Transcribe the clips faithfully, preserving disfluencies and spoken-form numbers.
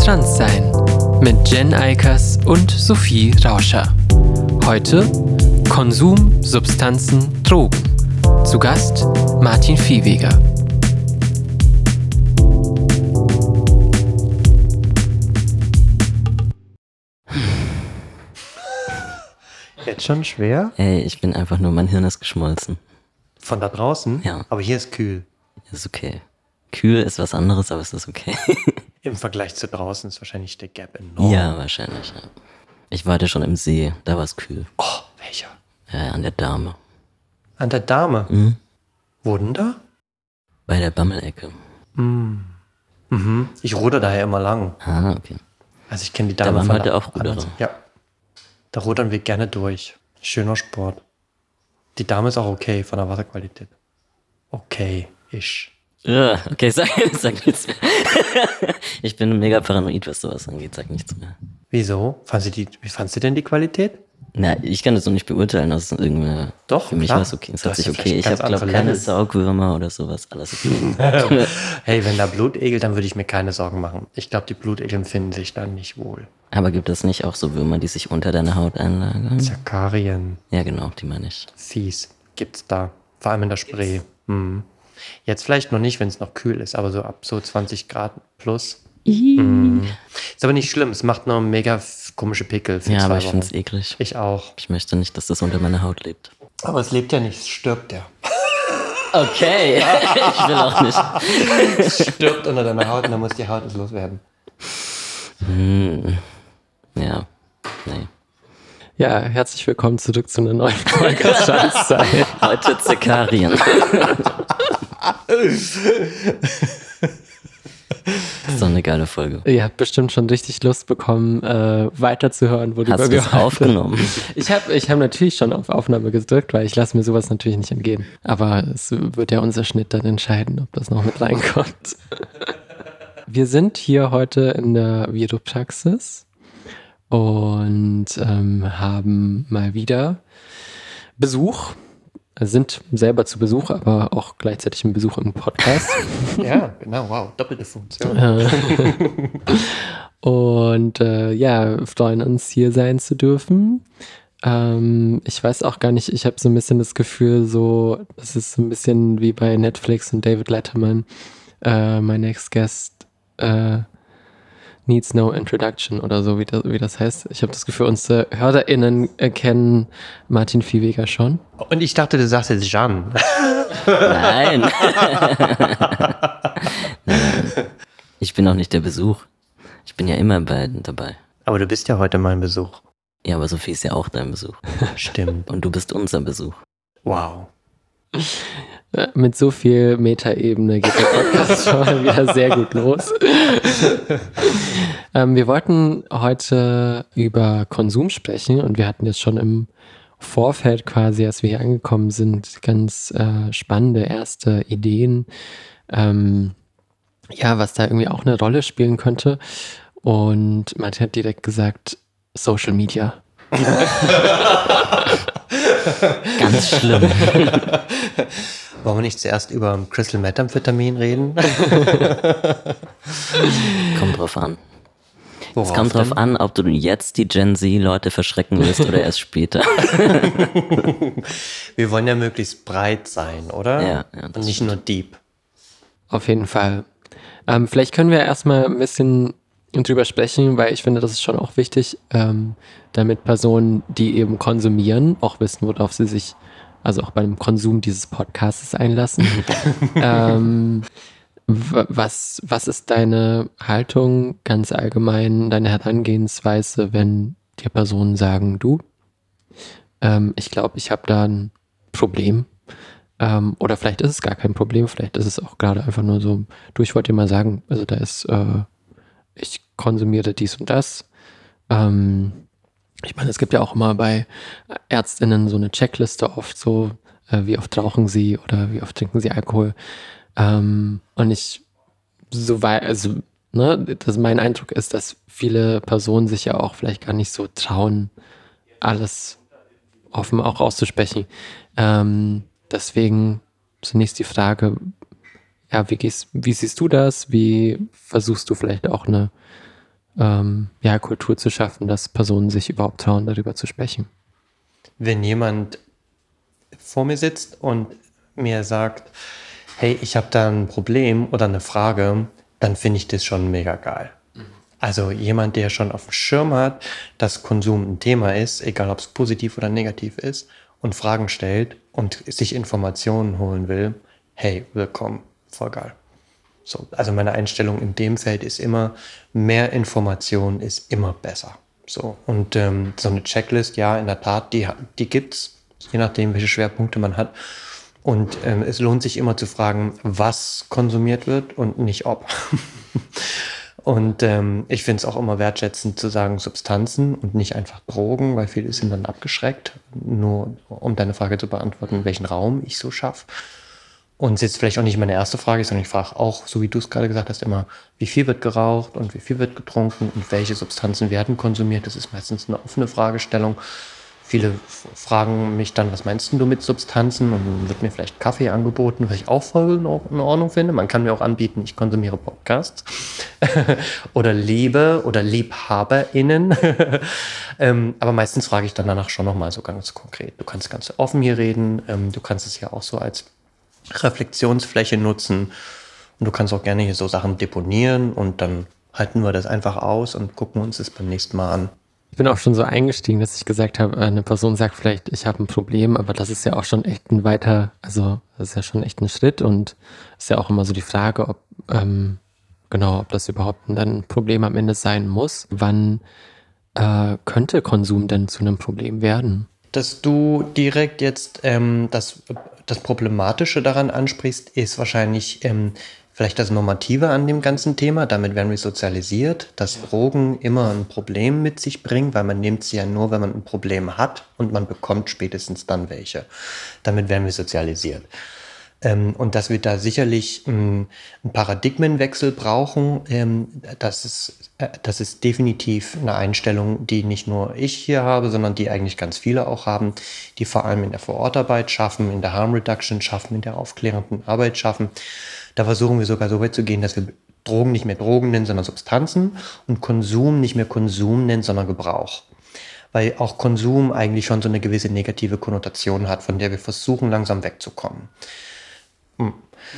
Transsein mit Jen Eikers und Sophie Rauscher. Heute Konsum, Substanzen, Drogen. Zu Gast Martin Viehweger. Jetzt schon schwer? Ey, ich bin einfach nur, mein Hirn ist geschmolzen. Von da draußen? Ja. Aber hier ist kühl. Ist okay. Kühl ist was anderes, aber es ist okay. Im Vergleich zu draußen ist wahrscheinlich der Gap enorm. Ja, wahrscheinlich, ja. Ich war heute schon im See, da war es kühl. Oh, welcher? Ja, an der Dame. An der Dame? Mhm. Wo denn da? Bei der Bammelecke. Mm. Mhm. Ich ruder daher immer lang. Ah, okay. Also ich kenne die Dame Da waren von heute der auch Ruderer. anderen- Ja. Da rudern wir gerne durch. Schöner Sport. Die Dame ist auch okay von der Wasserqualität. Okay-isch. Ja, okay, sag, sag nichts mehr. Ich bin mega paranoid, was sowas angeht, sag nichts mehr. Wieso? Fand sie die, wie fandst du denn die Qualität? Na, ich kann das noch nicht beurteilen, das ist irgendwie. Doch, Für mich klar. war es okay. Es Du hat hast sich ja okay. vielleicht Ich ganz habe, glaube andere keine Levels. Saugwürmer oder sowas. Alles okay. Hey, wenn da Blut ekelt, dann würde ich mir keine Sorgen machen. Ich glaube, die Blutegeln finden sich dann nicht wohl. Aber gibt es nicht auch so Würmer, die sich unter deiner Haut einlagern? Zakarien, Ja, genau, die meine ich. fies, gibt's da. Vor allem in der Spree. Mhm. Jetzt vielleicht noch nicht, wenn es noch kühl ist, aber so ab so zwanzig Grad plus. Mhm. Ist aber nicht schlimm, es macht nur mega f- komische Pickel für Ja, zwei aber ich Wochen. finde es eklig. Ich auch. Ich möchte nicht, dass das unter meiner Haut lebt. Aber es lebt ja nicht, es stirbt ja. Okay, ich will auch nicht. Es stirbt unter deiner Haut und dann muss die Haut es loswerden. Hm. Ja, nee. Ja, herzlich willkommen zurück zu einer neuen Folge Transsein. Heute Zekarien. Das ist doch eine geile Folge. Ihr habt bestimmt schon richtig Lust bekommen, äh, weiterzuhören, worüber Hast du wir das heute- aufgenommen? Ich habe ich hab natürlich schon auf Aufnahme gedrückt, weil ich lasse mir sowas natürlich nicht entgehen. Aber es wird ja unser Schnitt dann entscheiden, ob das noch mit reinkommt. Wir sind hier heute in der Viropraxis und ähm, haben mal wieder Besuch. Sind selber zu Besuch, aber auch gleichzeitig ein Besuch im Podcast. Ja, genau, wow, doppelte Funktion. Äh, und äh, ja, freuen uns, hier sein zu dürfen. Ähm, ich weiß auch gar nicht, ich habe so ein bisschen das Gefühl, so, das ist so ein bisschen wie bei Netflix und David Letterman. Äh, my next guest äh, needs no introduction oder so, wie das, wie das heißt. Ich habe das Gefühl, unsere HörerInnen kennen Martin Viehweger schon. Und ich dachte, du sagst jetzt Jeanne. Nein. Nein. Ich bin auch nicht der Besuch. Ich bin ja immer bei, dabei. Aber du bist ja heute mein Besuch. Ja, aber Sophie ist ja auch dein Besuch. Stimmt. Und du bist unser Besuch. Wow. Äh, Mit so viel Metaebene geht der Podcast schon mal wieder sehr gut los. ähm, wir wollten heute über Konsum sprechen und wir hatten jetzt schon im Vorfeld quasi, als wir hier angekommen sind, ganz äh, spannende erste Ideen, ähm, ja, was da irgendwie auch eine Rolle spielen könnte. Und Martin hat direkt gesagt, Social Media. Ganz schlimm. Wollen wir nicht zuerst über Crystal Methamphetamin reden? Kommt drauf an. Worauf Es kommt drauf denn? an, ob du jetzt die Gen Z-Leute verschrecken willst oder erst später. Wir wollen ja möglichst breit sein, oder? Ja, ja, das Und nicht nur deep. Auf jeden Fall. Ähm, vielleicht können wir erstmal ein bisschen drüber sprechen, weil ich finde, das ist schon auch wichtig, ähm, damit Personen, die eben konsumieren, auch wissen, worauf sie sich, also auch beim Konsum dieses Podcasts einlassen. ähm, w- was, was ist deine Haltung ganz allgemein, deine Herangehensweise, wenn dir Personen sagen, du, ähm, ich glaube, ich habe da ein Problem. Ähm, oder vielleicht ist es gar kein Problem, vielleicht ist es auch gerade einfach nur so, du, ich wollte dir mal sagen, also da ist, äh, ich konsumiere dies und das. Ähm, ich meine, es gibt ja auch immer bei ÄrztInnen so eine Checkliste oft so, äh, wie oft rauchen sie oder wie oft trinken sie Alkohol. Ähm, und ich, so weit, also, ne, das, mein Eindruck ist, dass viele Personen sich ja auch vielleicht gar nicht so trauen, alles offen auch auszusprechen. Ähm, deswegen zunächst die Frage, ja, wie, gehst, wie siehst du das? Wie versuchst du vielleicht auch eine ähm, ja, Kultur zu schaffen, dass Personen sich überhaupt trauen, darüber zu sprechen. Wenn jemand vor mir sitzt und mir sagt, hey, ich habe da ein Problem oder eine Frage, dann finde ich das schon mega geil. Also jemand, der schon auf dem Schirm hat, dass Konsum ein Thema ist, egal ob es positiv oder negativ ist, und Fragen stellt und sich Informationen holen will, hey, willkommen, voll geil. So, also meine Einstellung in dem Feld ist immer, mehr Information ist immer besser. So, und ähm, so eine Checklist, ja, in der Tat, die, die gibt's, je nachdem, welche Schwerpunkte man hat. Und ähm, es lohnt sich immer zu fragen, was konsumiert wird und nicht ob. Und ähm, ich finde es auch immer wertschätzend zu sagen Substanzen und nicht einfach Drogen, weil viele sind dann abgeschreckt. Nur um deine Frage zu beantworten, welchen Raum ich so schaffe. Und es ist jetzt vielleicht auch nicht meine erste Frage, sondern ich frage auch, so wie du es gerade gesagt hast, immer, wie viel wird geraucht und wie viel wird getrunken und welche Substanzen werden konsumiert. Das ist meistens eine offene Fragestellung. Viele fragen mich dann, was meinst du mit Substanzen? Und dann wird mir vielleicht Kaffee angeboten, was ich auch voll in Ordnung finde. Man kann mir auch anbieten, ich konsumiere Podcasts. Oder Liebe oder LiebhaberInnen. ähm, aber meistens frage ich dann danach schon nochmal so ganz konkret. Du kannst ganz offen hier reden. Ähm, du kannst es ja auch so als Reflexionsfläche nutzen. Und du kannst auch gerne hier so Sachen deponieren und dann halten wir das einfach aus und gucken uns das beim nächsten Mal an. Ich bin auch schon so eingestiegen, dass ich gesagt habe, eine Person sagt vielleicht, ich habe ein Problem, aber das ist ja auch schon echt ein weiter, also das ist ja schon echt ein Schritt und ist ja auch immer so die Frage, ob, ähm, genau, ob das überhaupt dann ein Problem am Ende sein muss. Wann äh, könnte Konsum denn zu einem Problem werden? Dass du direkt jetzt ähm, das, das Problematische daran ansprichst, ist wahrscheinlich ähm, vielleicht das Normative an dem ganzen Thema. Damit werden wir sozialisiert, dass Drogen immer ein Problem mit sich bringen, weil man nimmt sie ja nur, wenn man ein Problem hat und man bekommt spätestens dann welche. Damit werden wir sozialisiert. Ähm, und dass wir da sicherlich ähm, einen Paradigmenwechsel brauchen, ähm, das ist, äh, das ist definitiv eine Einstellung, die nicht nur ich hier habe, sondern die eigentlich ganz viele auch haben, die vor allem in der Vorortarbeit schaffen, in der Harm Reduction schaffen, in der aufklärenden Arbeit schaffen. Da versuchen wir sogar so weit zu gehen, dass wir Drogen nicht mehr Drogen nennen, sondern Substanzen und Konsum nicht mehr Konsum nennen, sondern Gebrauch. Weil auch Konsum eigentlich schon so eine gewisse negative Konnotation hat, von der wir versuchen langsam wegzukommen. Hm.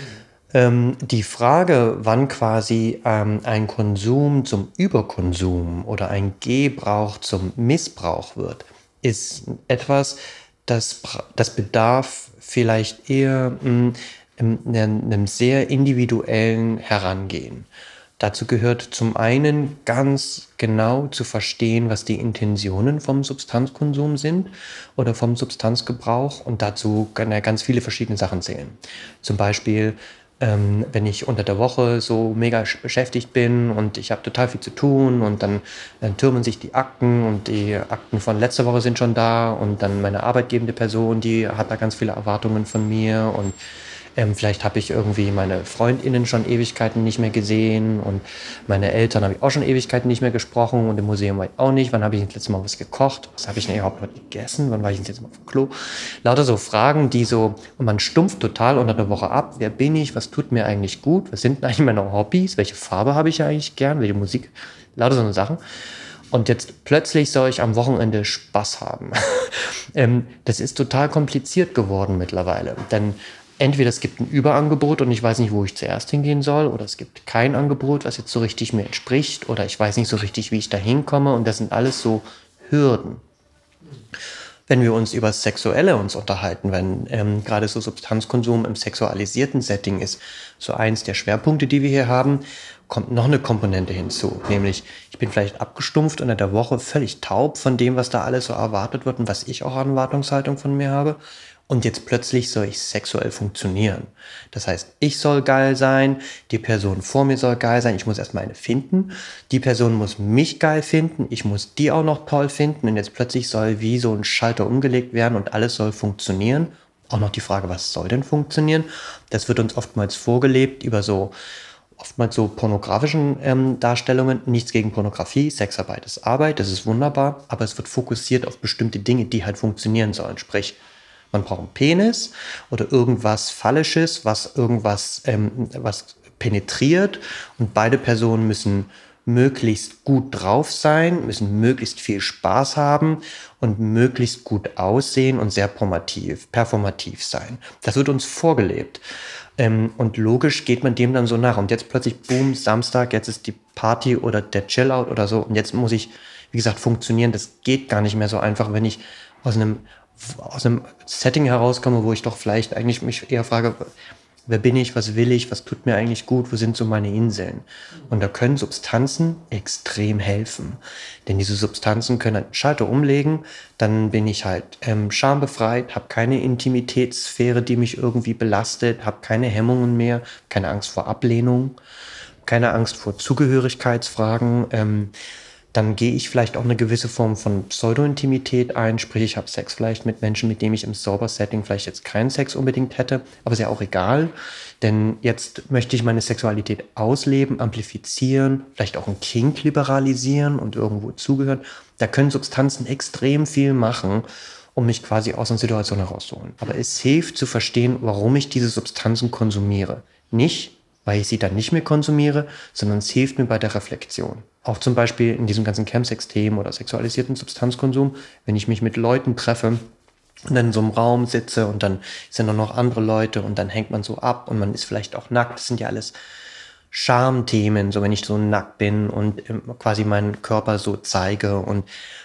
Ähm, die Frage, wann quasi ähm, ein Konsum zum Überkonsum oder ein Gebrauch zum Missbrauch wird, ist etwas, das, das bedarf vielleicht eher mh, einem sehr individuellen Herangehen. Dazu gehört zum einen ganz genau zu verstehen, was die Intentionen vom Substanzkonsum sind oder vom Substanzgebrauch, und dazu können ja ganz viele verschiedene Sachen zählen. Zum Beispiel, ähm, wenn ich unter der Woche so mega beschäftigt bin und ich habe total viel zu tun und dann, dann türmen sich die Akten und die Akten von letzter Woche sind schon da und dann meine arbeitgebende Person, die hat da ganz viele Erwartungen von mir und Ähm, vielleicht habe ich irgendwie meine FreundInnen schon Ewigkeiten nicht mehr gesehen und meine Eltern habe ich auch schon Ewigkeiten nicht mehr gesprochen und im Museum war ich auch nicht. Wann habe ich das letzte Mal was gekocht? Was habe ich denn überhaupt heute gegessen? Wann war ich das letzte Mal auf dem Klo? Lauter so Fragen, die so, und man stumpft total unter der Woche ab. Wer bin ich? Was tut mir eigentlich gut? Was sind eigentlich meine Hobbys? Welche Farbe habe ich eigentlich gern? Welche Musik? Lauter so eine Sachen. Und jetzt plötzlich soll ich am Wochenende Spaß haben. ähm, das ist total kompliziert geworden mittlerweile, denn entweder es gibt ein Überangebot und ich weiß nicht, wo ich zuerst hingehen soll, oder es gibt kein Angebot, was jetzt so richtig mir entspricht, oder ich weiß nicht so richtig, wie ich da hinkomme, und das sind alles so Hürden. Wenn wir uns über das Sexuelle uns unterhalten, wenn ähm, gerade so Substanzkonsum im sexualisierten Setting ist, so eins der Schwerpunkte, die wir hier haben, kommt noch eine Komponente hinzu, nämlich ich bin vielleicht abgestumpft unter der Woche, völlig taub von dem, was da alles so erwartet wird und was ich auch an Erwartungshaltung von mir habe. Und jetzt plötzlich soll ich sexuell funktionieren. Das heißt, ich soll geil sein, die Person vor mir soll geil sein, ich muss erstmal eine finden, die Person muss mich geil finden, ich muss die auch noch toll finden, und jetzt plötzlich soll wie so ein Schalter umgelegt werden und alles soll funktionieren. Auch noch die Frage, was soll denn funktionieren? Das wird uns oftmals vorgelebt über so oftmals so pornografischen ähm, Darstellungen. Nichts gegen Pornografie, Sexarbeit ist Arbeit, das ist wunderbar, aber es wird fokussiert auf bestimmte Dinge, die halt funktionieren sollen, sprich, man braucht einen Penis oder irgendwas Phallisches, was irgendwas ähm, was penetriert, und beide Personen müssen möglichst gut drauf sein, müssen möglichst viel Spaß haben und möglichst gut aussehen und sehr performativ, performativ sein. Das wird uns vorgelebt. Ähm, und logisch geht man dem dann so nach. Und jetzt plötzlich, boom, Samstag, jetzt ist die Party oder der Chillout oder so. Und jetzt muss ich, wie gesagt, funktionieren. Das geht gar nicht mehr so einfach, wenn ich aus einem, aus einem Setting herauskomme, wo ich doch vielleicht eigentlich mich eher frage, wer bin ich, was will ich, was tut mir eigentlich gut, wo sind so meine Inseln? Und da können Substanzen extrem helfen. Denn diese Substanzen können einen Schalter umlegen, dann bin ich halt ähm, schambefreit, habe keine Intimitätssphäre, die mich irgendwie belastet, habe keine Hemmungen mehr, keine Angst vor Ablehnung, keine Angst vor Zugehörigkeitsfragen. Ähm, dann gehe ich vielleicht auch eine gewisse Form von Pseudo-Intimität ein, sprich ich habe Sex vielleicht mit Menschen, mit denen ich im Sober-Setting vielleicht jetzt keinen Sex unbedingt hätte, aber ist ja auch egal, denn jetzt möchte ich meine Sexualität ausleben, amplifizieren, vielleicht auch einen Kink liberalisieren und irgendwo zugehören. Da können Substanzen extrem viel machen, um mich quasi aus einer Situation herauszuholen. Aber es hilft zu verstehen, warum ich diese Substanzen konsumiere. Nicht, weil ich sie dann nicht mehr konsumiere, sondern es hilft mir bei der Reflexion. Auch zum Beispiel in diesem ganzen Chemsex-Themen oder sexualisierten Substanzkonsum, wenn ich mich mit Leuten treffe und dann in so einem Raum sitze und dann sind da noch andere Leute und dann hängt man so ab und man ist vielleicht auch nackt. Das sind ja alles Schamthemen, so wenn ich so nackt bin und quasi meinen Körper so zeige und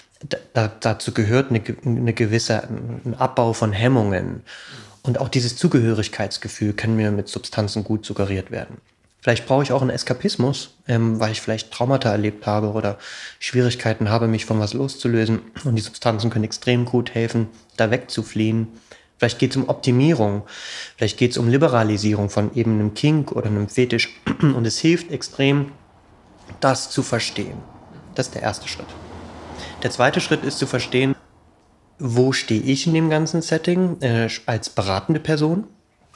da, dazu gehört eine, eine gewisse, ein Abbau von Hemmungen. Und auch dieses Zugehörigkeitsgefühl kann mir mit Substanzen gut suggeriert werden. Vielleicht brauche ich auch einen Eskapismus, ähm, weil ich vielleicht Traumata erlebt habe oder Schwierigkeiten habe, mich von was loszulösen. Und die Substanzen können extrem gut helfen, da wegzufliehen. Vielleicht geht es um Optimierung, vielleicht geht es um Liberalisierung von eben einem Kink oder einem Fetisch. Und es hilft extrem, das zu verstehen. Das ist der erste Schritt. Der zweite Schritt ist zu verstehen, wo stehe ich in dem ganzen Setting äh, als beratende Person?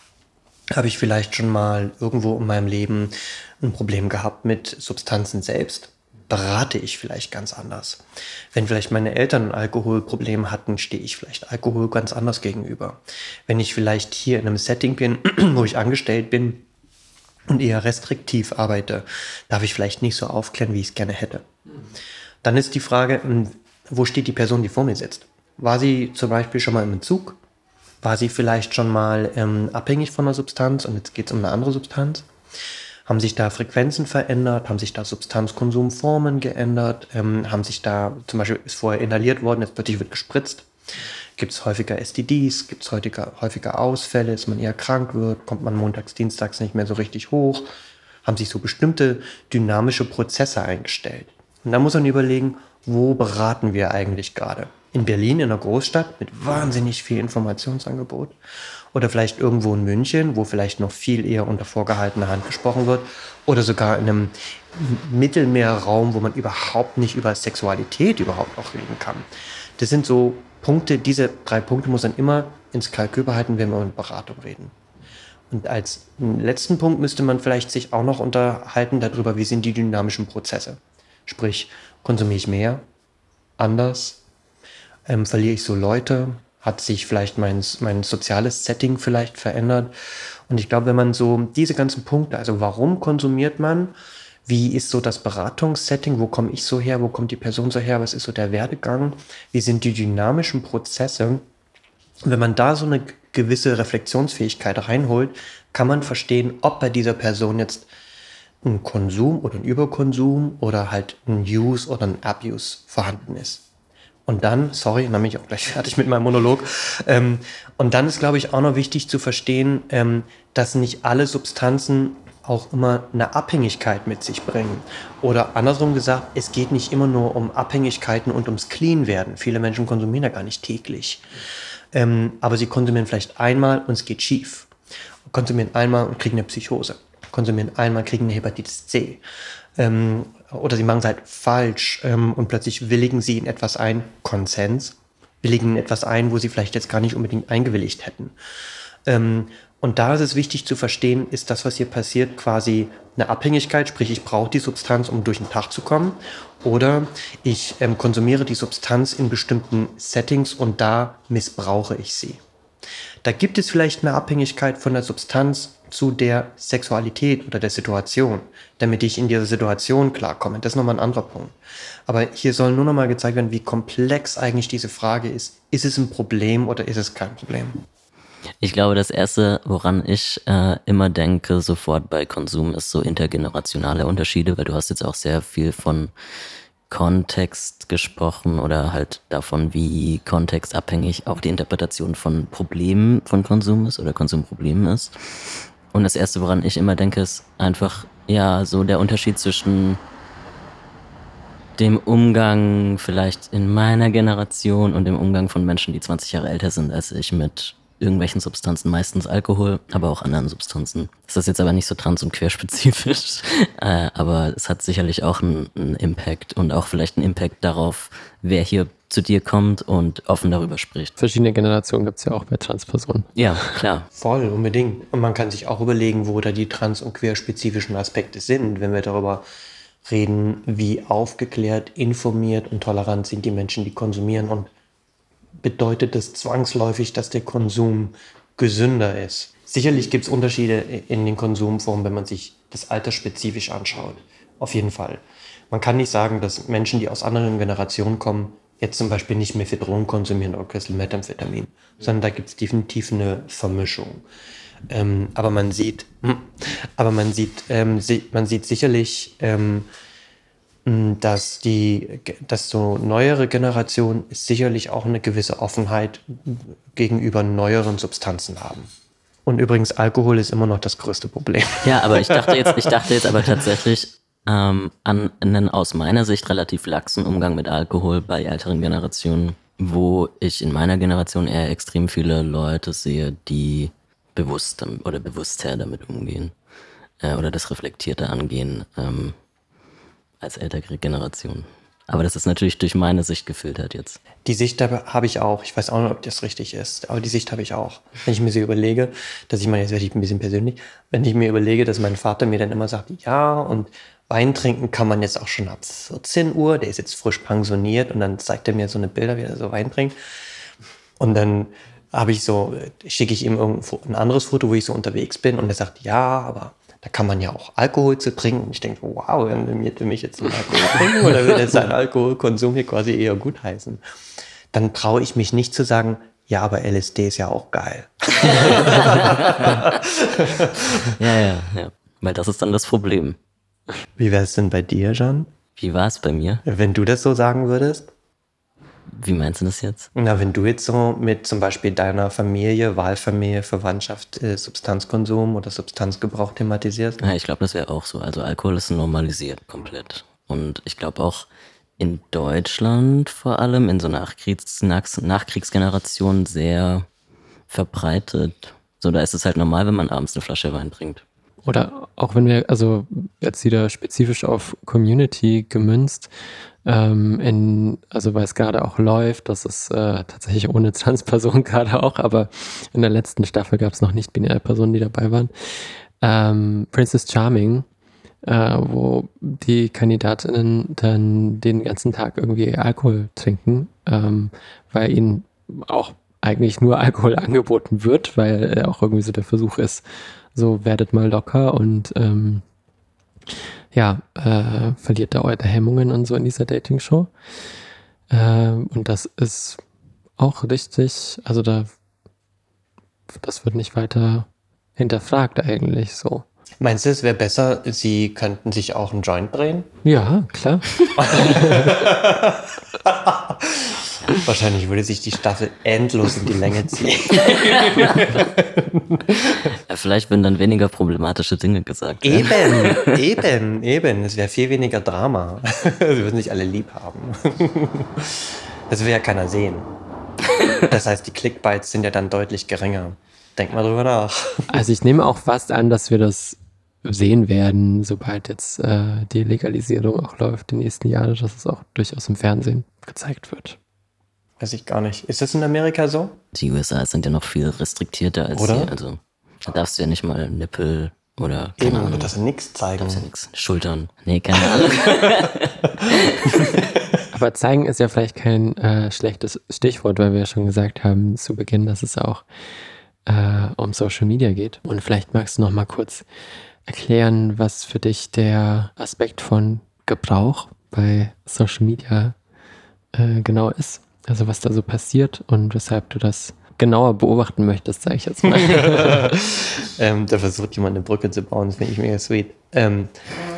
Habe ich vielleicht schon mal irgendwo in meinem Leben ein Problem gehabt mit Substanzen selbst? Berate ich vielleicht ganz anders? Wenn vielleicht meine Eltern ein Alkoholproblem hatten, stehe ich vielleicht Alkohol ganz anders gegenüber. Wenn ich vielleicht hier in einem Setting bin, wo ich angestellt bin und eher restriktiv arbeite, darf ich vielleicht nicht so aufklären, wie ich es gerne hätte. Dann ist die Frage, wo steht die Person, die vor mir sitzt? War sie zum Beispiel schon mal im Entzug? War sie vielleicht schon mal ähm, abhängig von einer Substanz und jetzt geht es um eine andere Substanz? Haben sich da Frequenzen verändert? Haben sich da Substanzkonsumformen geändert? Ähm, haben sich da, zum Beispiel ist vorher inhaliert worden, jetzt plötzlich wird gespritzt? Gibt es häufiger S T Ds? Gibt es häufiger, häufiger Ausfälle? Ist man eher krank wird? Kommt man montags, dienstags nicht mehr so richtig hoch? Haben sich so bestimmte dynamische Prozesse eingestellt? Und da muss man überlegen, wo beraten wir eigentlich gerade? In Berlin, in einer Großstadt mit wahnsinnig viel Informationsangebot oder vielleicht irgendwo in München, wo vielleicht noch viel eher unter vorgehaltener Hand gesprochen wird oder sogar in einem Mittelmeerraum, wo man überhaupt nicht über Sexualität überhaupt auch reden kann. Das sind so Punkte, diese drei Punkte muss man immer ins Kalkül behalten, wenn wir über Beratung reden. Und als letzten Punkt müsste man vielleicht sich auch noch unterhalten darüber, wie sind die dynamischen Prozesse. Sprich, konsumiere ich mehr, anders, Ähm, verliere ich so Leute? Hat sich vielleicht mein, mein soziales Setting vielleicht verändert? Und ich glaube, wenn man so diese ganzen Punkte, also warum konsumiert man? Wie ist so das Beratungssetting? Wo komme ich so her? Wo kommt die Person so her? Was ist so der Werdegang? Wie sind die dynamischen Prozesse? Und wenn man da so eine gewisse Reflexionsfähigkeit reinholt, kann man verstehen, ob bei dieser Person jetzt ein Konsum oder ein Überkonsum oder halt ein Use oder ein Abuse vorhanden ist. Und dann, sorry, dann bin ich auch gleich fertig mit meinem Monolog. Ähm, und dann ist, glaube ich, auch noch wichtig zu verstehen, ähm, dass nicht alle Substanzen auch immer eine Abhängigkeit mit sich bringen. Oder andersrum gesagt, es geht nicht immer nur um Abhängigkeiten und ums Clean-Werden. Viele Menschen konsumieren ja gar nicht täglich. Ähm, aber sie konsumieren vielleicht einmal und es geht schief. Konsumieren einmal und kriegen eine Psychose. Konsumieren einmal, kriegen eine Hepatitis C. Ähm, oder sie machen es halt falsch ähm, und plötzlich willigen sie in etwas ein, Konsens, willigen in etwas ein, wo sie vielleicht jetzt gar nicht unbedingt eingewilligt hätten. Ähm, und da ist es wichtig zu verstehen, ist das, was hier passiert, quasi eine Abhängigkeit, sprich ich brauche die Substanz, um durch den Tag zu kommen, oder ich ähm, konsumiere die Substanz in bestimmten Settings und da missbrauche ich sie. Da gibt es vielleicht eine Abhängigkeit von der Substanz, zu der Sexualität oder der Situation, damit ich in dieser Situation klarkomme. Das ist nochmal ein anderer Punkt. Aber hier soll nur nochmal gezeigt werden, wie komplex eigentlich diese Frage ist. Ist es ein Problem oder ist es kein Problem? Ich glaube, das Erste, woran ich äh, immer denke, sofort bei Konsum, ist so intergenerationale Unterschiede, weil du hast jetzt auch sehr viel von Kontext gesprochen oder halt davon, wie kontextabhängig auch die Interpretation von Problemen von Konsum ist oder Konsumproblemen ist. Und das Erste, woran ich immer denke, ist einfach, ja, so der Unterschied zwischen dem Umgang vielleicht in meiner Generation und dem Umgang von Menschen, die zwanzig Jahre älter sind als ich, mit irgendwelchen Substanzen, meistens Alkohol, aber auch anderen Substanzen. Das ist jetzt aber nicht so trans- und querspezifisch, äh, aber es hat sicherlich auch einen, einen Impact und auch vielleicht einen Impact darauf, wer hier zu dir kommt und offen darüber spricht. Verschiedene Generationen gibt es ja auch bei Transpersonen. Ja, klar. Voll, unbedingt. Und man kann sich auch überlegen, wo da die trans- und queerspezifischen Aspekte sind, wenn wir darüber reden, wie aufgeklärt, informiert und tolerant sind die Menschen, die konsumieren, und bedeutet das zwangsläufig, dass der Konsum gesünder ist. Sicherlich gibt es Unterschiede in den Konsumformen, wenn man sich das Alter spezifisch anschaut. Auf jeden Fall. Man kann nicht sagen, dass Menschen, die aus anderen Generationen kommen, jetzt zum Beispiel nicht Methadron konsumieren oder Crystal Methamphetamin, sondern da gibt es definitiv eine Vermischung. Ähm, aber man sieht, aber man sieht, ähm, sie, man sieht sicherlich, ähm, dass die, dass so neuere Generationen sicherlich auch eine gewisse Offenheit gegenüber neueren Substanzen haben. Und übrigens, Alkohol ist immer noch das größte Problem. Ja, aber ich dachte jetzt, ich dachte jetzt aber tatsächlich ähm, an einen aus meiner Sicht relativ laxen Umgang mit Alkohol bei älteren Generationen, wo ich in meiner Generation eher extrem viele Leute sehe, die bewusst oder bewusster damit umgehen äh, oder das reflektierter angehen ähm, als ältere Generation. Aber das ist natürlich durch meine Sicht gefiltert jetzt. Die Sicht habe ich auch. Ich weiß auch nicht, ob das richtig ist, aber die Sicht habe ich auch. Wenn ich mir so überlege, dass ich meine, jetzt werde ich ein bisschen persönlich, wenn ich mir überlege, dass mein Vater mir dann immer sagt, ja, und Wein trinken kann man jetzt auch schon ab vierzehn Uhr, der ist jetzt frisch pensioniert, und dann zeigt er mir so eine Bilder, wie er so Wein trinkt. Und dann habe ich so, schicke ich ihm ein anderes Foto, wo ich so unterwegs bin, und er sagt, ja, aber da kann man ja auch Alkohol zu trinken. Und ich denke, wow, wird er mich jetzt einen Alkohol trinken oder wird er seinen Alkoholkonsum hier quasi eher gut heißen? Dann traue ich mich nicht zu sagen, ja, aber L S D ist ja auch geil. ja, ja, ja. Weil das ist dann das Problem. Wie wäre es denn bei dir, Jan? Wie war es bei mir? Wenn du das so sagen würdest? Wie meinst du das jetzt? Na, wenn du jetzt so mit zum Beispiel deiner Familie, Wahlfamilie, Verwandtschaft, äh, Substanzkonsum oder Substanzgebrauch thematisierst? Ja, ich glaube, das wäre auch so. Also Alkohol ist normalisiert komplett. Und ich glaube auch in Deutschland vor allem, in so Nachkriegs- Nach- Nachkriegsgeneration sehr verbreitet. So, da ist es halt normal, wenn man abends eine Flasche Wein trinkt. Oder auch wenn wir, also jetzt wieder spezifisch auf Community gemünzt, ähm, in, also weil es gerade auch läuft, das ist äh, tatsächlich ohne Transperson gerade auch, aber in der letzten Staffel gab es noch nicht-binäre Personen, die dabei waren. Ähm, Princess Charming, äh, wo die Kandidatinnen dann den ganzen Tag irgendwie Alkohol trinken, ähm, weil ihnen auch eigentlich nur Alkohol angeboten wird, weil auch irgendwie so der Versuch ist, so werdet mal locker und ähm, ja, äh, verliert da eure Hemmungen und so in dieser Dating-Show. Ähm, und das ist auch richtig, also da, das wird nicht weiter hinterfragt eigentlich so. Meinst du, es wäre besser, sie könnten sich auch einen Joint drehen? Ja, klar. Wahrscheinlich würde sich die Staffel endlos in die Länge ziehen. Ja, vielleicht würden dann weniger problematische Dinge gesagt. Eben, ja. eben, eben. Es wäre viel weniger Drama. Sie würden sich alle lieb haben. Das will ja keiner sehen. Das heißt, die Clickbites sind ja dann deutlich geringer. Denk mal drüber nach. Also ich nehme auch fast an, dass wir das sehen werden, sobald jetzt äh, die Legalisierung auch läuft, die nächsten Jahre, dass es auch durchaus im Fernsehen gezeigt wird. Weiß ich gar nicht. Ist das in Amerika so? Die U S A sind ja noch viel restriktierter als oder? hier. Also da darfst du ja nicht mal Nippel oder keine Eben, Ahnung. Du darfst ja nichts zeigen. Darfst ja nichts. Schultern. Nee, keine Ahnung. Aber zeigen ist ja vielleicht kein äh, schlechtes Stichwort, weil wir ja schon gesagt haben zu Beginn, dass es auch äh, um Social Media geht. Und vielleicht magst du noch mal kurz erklären, was für dich der Aspekt von Gebrauch bei Social Media äh, genau ist. Also was da so passiert und weshalb du das genauer beobachten möchtest, sage ich jetzt mal. ähm, da versucht jemand eine Brücke zu bauen, das finde ich mega sweet. Ähm,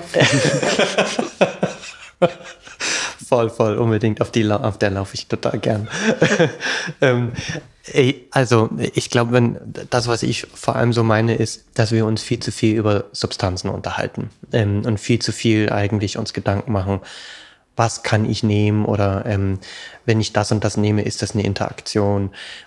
voll, voll, unbedingt. Auf, die, auf der laufe ich total gern. ähm, ey, also ich glaube, wenn das, was ich vor allem so meine, ist, dass wir uns viel zu viel über Substanzen unterhalten ähm, und viel zu viel eigentlich uns Gedanken machen, was kann ich nehmen oder ähm, wenn ich das und das nehme, ist das eine Interaktion.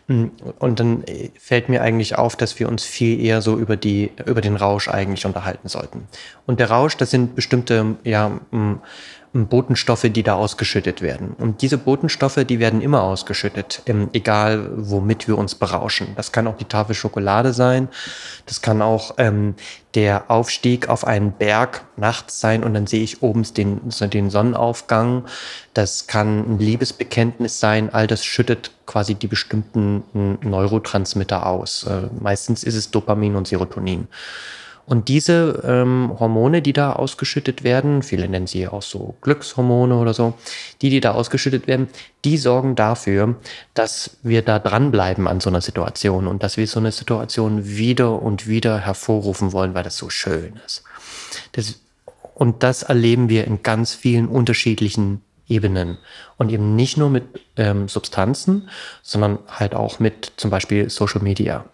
Und dann fällt mir eigentlich auf, dass wir uns viel eher so über die über den Rausch eigentlich unterhalten sollten. Und der Rausch, das sind bestimmte ja Botenstoffe, die da ausgeschüttet werden. Und diese Botenstoffe, die werden immer ausgeschüttet, ähm, egal womit wir uns berauschen. Das kann auch die Tafel Schokolade sein, das kann auch ähm, der Aufstieg auf einen Berg nachts sein und dann sehe ich oben den, den Sonnenaufgang. Das kann ein Liebesbekenntnis sein, all das schüttet quasi die bestimmten Neurotransmitter aus. Äh, meistens ist es Dopamin und Serotonin. Und diese ähm, Hormone, die da ausgeschüttet werden, viele nennen sie auch so Glückshormone oder so, die, die da ausgeschüttet werden, die sorgen dafür, dass wir da dranbleiben an so einer Situation und dass wir so eine Situation wieder und wieder hervorrufen wollen, weil das so schön ist. Das, und das erleben wir in ganz vielen unterschiedlichen Ebenen und eben nicht nur mit ähm, Substanzen, sondern halt auch mit zum Beispiel Social Media.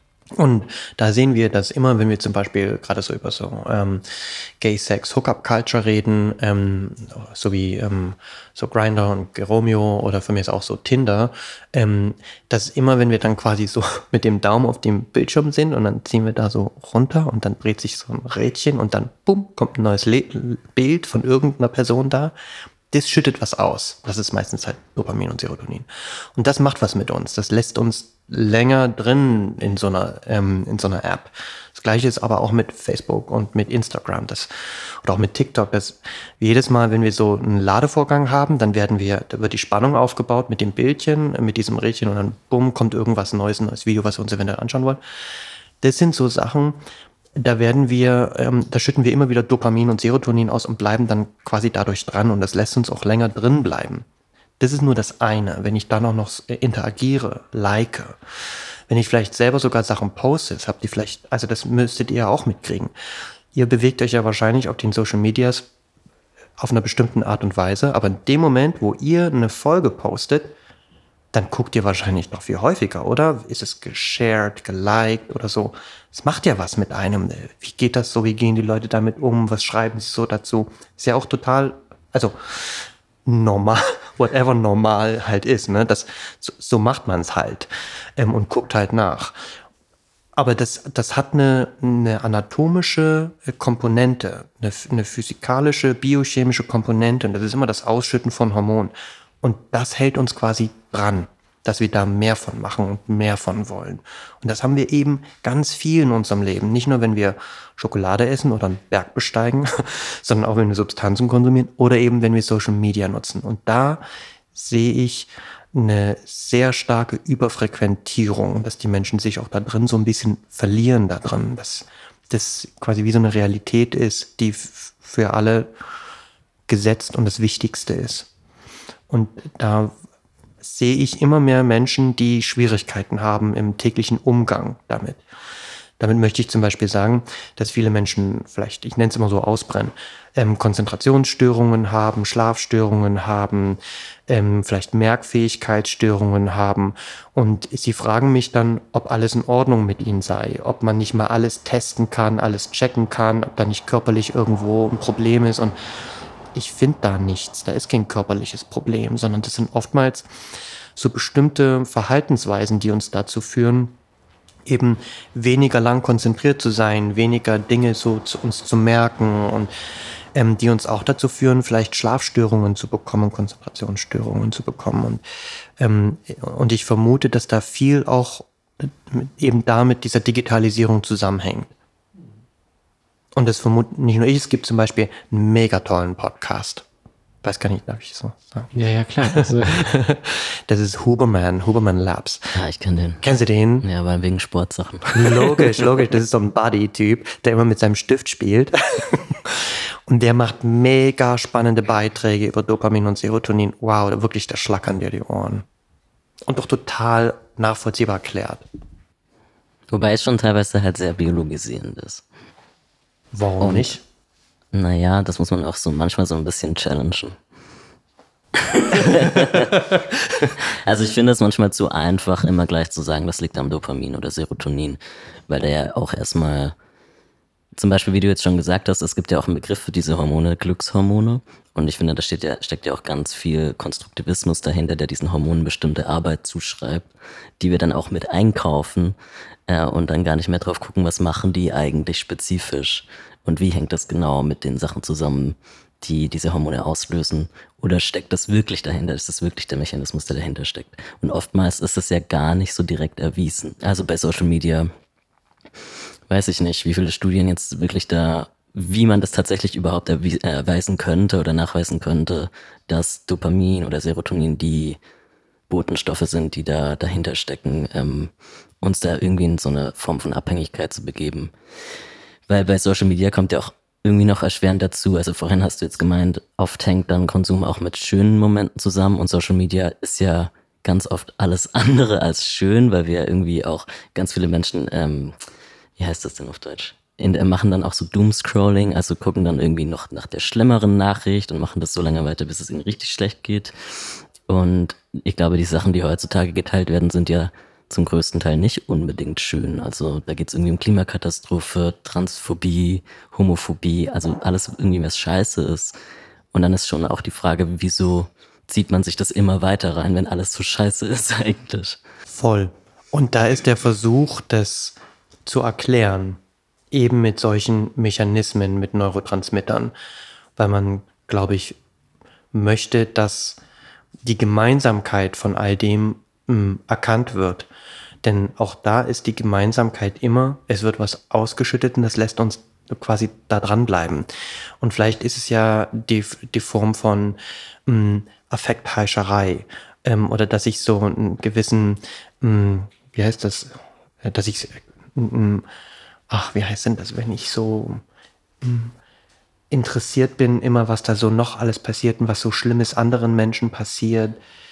Und da sehen wir, dass immer, wenn wir zum Beispiel gerade so über so ähm, Gay-Sex, Hookup-Culture reden, ähm, so wie ähm, so Grindr und Geromeo oder für mich ist auch so Tinder, ähm, dass immer, wenn wir dann quasi so mit dem Daumen auf dem Bildschirm sind und dann ziehen wir da so runter und dann dreht sich so ein Rädchen und dann bumm, kommt ein neues Le- Bild von irgendeiner Person da. Das schüttet was aus. Das ist meistens halt Dopamin und Serotonin. Und das macht was mit uns. Das lässt uns länger drin in so einer, ähm, in so einer App. Das Gleiche ist aber auch mit Facebook und mit Instagram. Das, oder auch mit TikTok. Das, jedes Mal, wenn wir so einen Ladevorgang haben, dann werden wir, da wird die Spannung aufgebaut mit dem Bildchen, mit diesem Rädchen und dann bumm, kommt irgendwas Neues, ein neues Video, was wir uns eventuell anschauen wollen. Das sind so Sachen, da werden wir, ähm, da schütten wir immer wieder Dopamin und Serotonin aus und bleiben dann quasi dadurch dran und das lässt uns auch länger drin bleiben. Das ist nur das eine. Wenn ich dann auch noch interagiere, like, wenn ich vielleicht selber sogar Sachen poste, das habt ihr vielleicht, also das müsstet ihr ja auch mitkriegen. Ihr bewegt euch ja wahrscheinlich auf den Social Medias auf einer bestimmten Art und Weise, aber in dem Moment, wo ihr eine Folge postet, dann guckt ihr wahrscheinlich noch viel häufiger, oder? Ist es geshared, geliked oder so? Es macht ja was mit einem. Wie geht das so? Wie gehen die Leute damit um? Was schreiben sie so dazu? Ist ja auch total, also normal, whatever normal halt ist. Ne? Das, so, so macht man es halt ähm, und guckt halt nach. Aber das, das hat eine, eine anatomische Komponente, eine, eine physikalische, biochemische Komponente und das ist immer das Ausschütten von Hormonen. Und das hält uns quasi dran, dass wir da mehr von machen und mehr von wollen. Und das haben wir eben ganz viel in unserem Leben. Nicht nur, wenn wir Schokolade essen oder einen Berg besteigen, sondern auch, wenn wir Substanzen konsumieren oder eben, wenn wir Social Media nutzen. Und da sehe ich eine sehr starke Überfrequentierung, dass die Menschen sich auch da drin so ein bisschen verlieren da drin, dass das quasi wie so eine Realität ist, die f- für alle gesetzt und das Wichtigste ist. Und da sehe ich immer mehr Menschen, die Schwierigkeiten haben im täglichen Umgang damit. Damit möchte ich zum Beispiel sagen, dass viele Menschen vielleicht, ich nenne es immer so ausbrennen, ähm, Konzentrationsstörungen haben, Schlafstörungen haben, ähm, vielleicht Merkfähigkeitsstörungen haben. Und sie fragen mich dann, ob alles in Ordnung mit ihnen sei, ob man nicht mal alles testen kann, alles checken kann, ob da nicht körperlich irgendwo ein Problem ist. Und ich finde da nichts, da ist kein körperliches Problem, sondern das sind oftmals so bestimmte Verhaltensweisen, die uns dazu führen, eben weniger lang konzentriert zu sein, weniger Dinge so zu uns zu merken und ähm, die uns auch dazu führen, vielleicht Schlafstörungen zu bekommen, Konzentrationsstörungen zu bekommen. Und, ähm, und ich vermute, dass da viel auch eben damit dieser Digitalisierung zusammenhängt. Und das vermute nicht nur ich, es gibt zum Beispiel einen mega tollen Podcast weiß gar nicht, darf ich so sagen? Ja, ja, klar. Also, das ist Huberman, Huberman Labs. Ja, ich kenne den. Kennst du den? Ja, aber wegen Sportsachen. Logisch, logisch. Das ist so ein Buddy-Typ, der immer mit seinem Stift spielt. Und der macht mega spannende Beiträge über Dopamin und Serotonin. Wow, wirklich, da schlackern dir die Ohren. Und doch total nachvollziehbar erklärt. Wobei es schon teilweise halt sehr biologisierend ist. Warum Und, nicht? Naja, das muss man auch so manchmal so ein bisschen challengen. Also ich finde es manchmal zu einfach, immer gleich zu sagen, das liegt am Dopamin oder Serotonin, weil der ja auch erstmal, zum Beispiel, wie du jetzt schon gesagt hast, es gibt ja auch einen Begriff für diese Hormone, Glückshormone. Und ich finde, da steht ja, steckt ja auch ganz viel Konstruktivismus dahinter, der diesen Hormonen bestimmte Arbeit zuschreibt, die wir dann auch mit einkaufen äh, und dann gar nicht mehr drauf gucken, was machen die eigentlich spezifisch und wie hängt das genau mit den Sachen zusammen, die diese Hormone auslösen. Oder steckt das wirklich dahinter? Ist das wirklich der Mechanismus, der dahinter steckt? Und oftmals ist das ja gar nicht so direkt erwiesen. Also bei Social Media weiß ich nicht, wie viele Studien jetzt wirklich da, wie man das tatsächlich überhaupt erwie- erweisen könnte oder nachweisen könnte, dass Dopamin oder Serotonin die Botenstoffe sind, die da dahinter stecken, ähm, uns da irgendwie in so eine Form von Abhängigkeit zu begeben. Weil bei Social Media kommt ja auch irgendwie noch erschwerend dazu, also vorhin hast du jetzt gemeint, oft hängt dann Konsum auch mit schönen Momenten zusammen und Social Media ist ja ganz oft alles andere als schön, weil wir irgendwie auch ganz viele Menschen, ähm, wie heißt das denn auf Deutsch? In, äh, machen dann auch so Doomscrolling, also gucken dann irgendwie noch nach der schlimmeren Nachricht und machen das so lange weiter, bis es ihnen richtig schlecht geht. Und ich glaube, die Sachen, die heutzutage geteilt werden, sind ja zum größten Teil nicht unbedingt schön. Also da geht es irgendwie um Klimakatastrophe, Transphobie, Homophobie, also alles irgendwie, was scheiße ist. Und dann ist schon auch die Frage, wieso zieht man sich das immer weiter rein, wenn alles so scheiße ist eigentlich? Voll. Und da ist der Versuch, das zu erklären, eben mit solchen Mechanismen, mit Neurotransmittern, weil man, glaube ich, möchte, dass die Gemeinsamkeit von all dem mh, erkannt wird. Denn auch da ist die Gemeinsamkeit immer, es wird was ausgeschüttet und das lässt uns quasi da dranbleiben. Und vielleicht ist es ja die, die Form von mh, Affektheischerei ähm, oder dass ich so einen gewissen, mh, wie heißt das, dass ich, mh, ach, wie heißt denn das, wenn ich so mh, interessiert bin, immer was da so noch alles passiert und was so Schlimmes anderen Menschen passiert.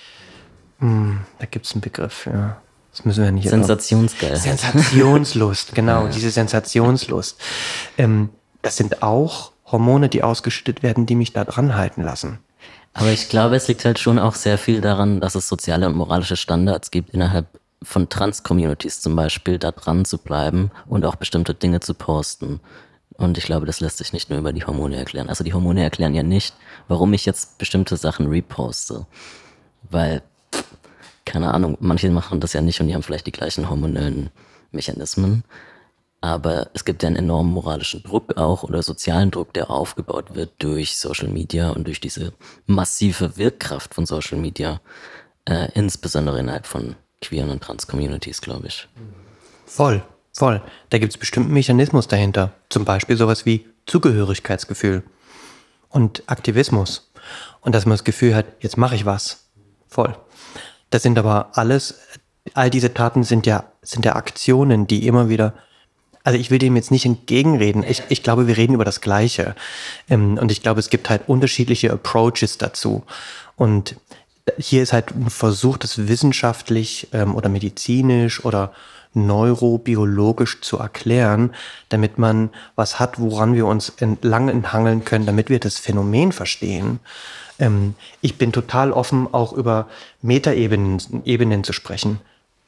Mh, da gibt es einen Begriff für. Das müssen wir nicht. Sensationsgeil. Sensationslust, genau, ja. Diese Sensationslust. Ähm, das sind auch Hormone, die ausgeschüttet werden, die mich da dran halten lassen. Aber ich glaube, es liegt halt schon auch sehr viel daran, dass es soziale und moralische Standards gibt, innerhalb von Trans-Communities zum Beispiel, da dran zu bleiben und auch bestimmte Dinge zu posten. Und ich glaube, das lässt sich nicht nur über die Hormone erklären. Also die Hormone erklären ja nicht, warum ich jetzt bestimmte Sachen reposte. Weil, keine Ahnung, manche machen das ja nicht und die haben vielleicht die gleichen hormonellen Mechanismen. Aber es gibt ja einen enormen moralischen Druck auch oder sozialen Druck, der aufgebaut wird durch Social Media und durch diese massive Wirkkraft von Social Media, äh, insbesondere innerhalb von queeren und Trans-Communities, glaube ich. Voll, voll. Da gibt es bestimmt einen Mechanismus dahinter. Zum Beispiel sowas wie Zugehörigkeitsgefühl und Aktivismus. Und dass man das Gefühl hat, jetzt mache ich was. Voll. Das sind aber alles, all diese Taten sind ja, sind ja Aktionen, die immer wieder, also ich will dem jetzt nicht entgegenreden. Ich, ich glaube, wir reden über das Gleiche. Ähm, und ich glaube, es gibt halt unterschiedliche Approaches dazu. Und hier ist halt ein Versuch, das wissenschaftlich ähm, oder medizinisch oder neurobiologisch zu erklären, damit man was hat, woran wir uns entlang enthangeln können, damit wir das Phänomen verstehen. Ähm, ich bin total offen, auch über Metaebenen Ebenen zu sprechen.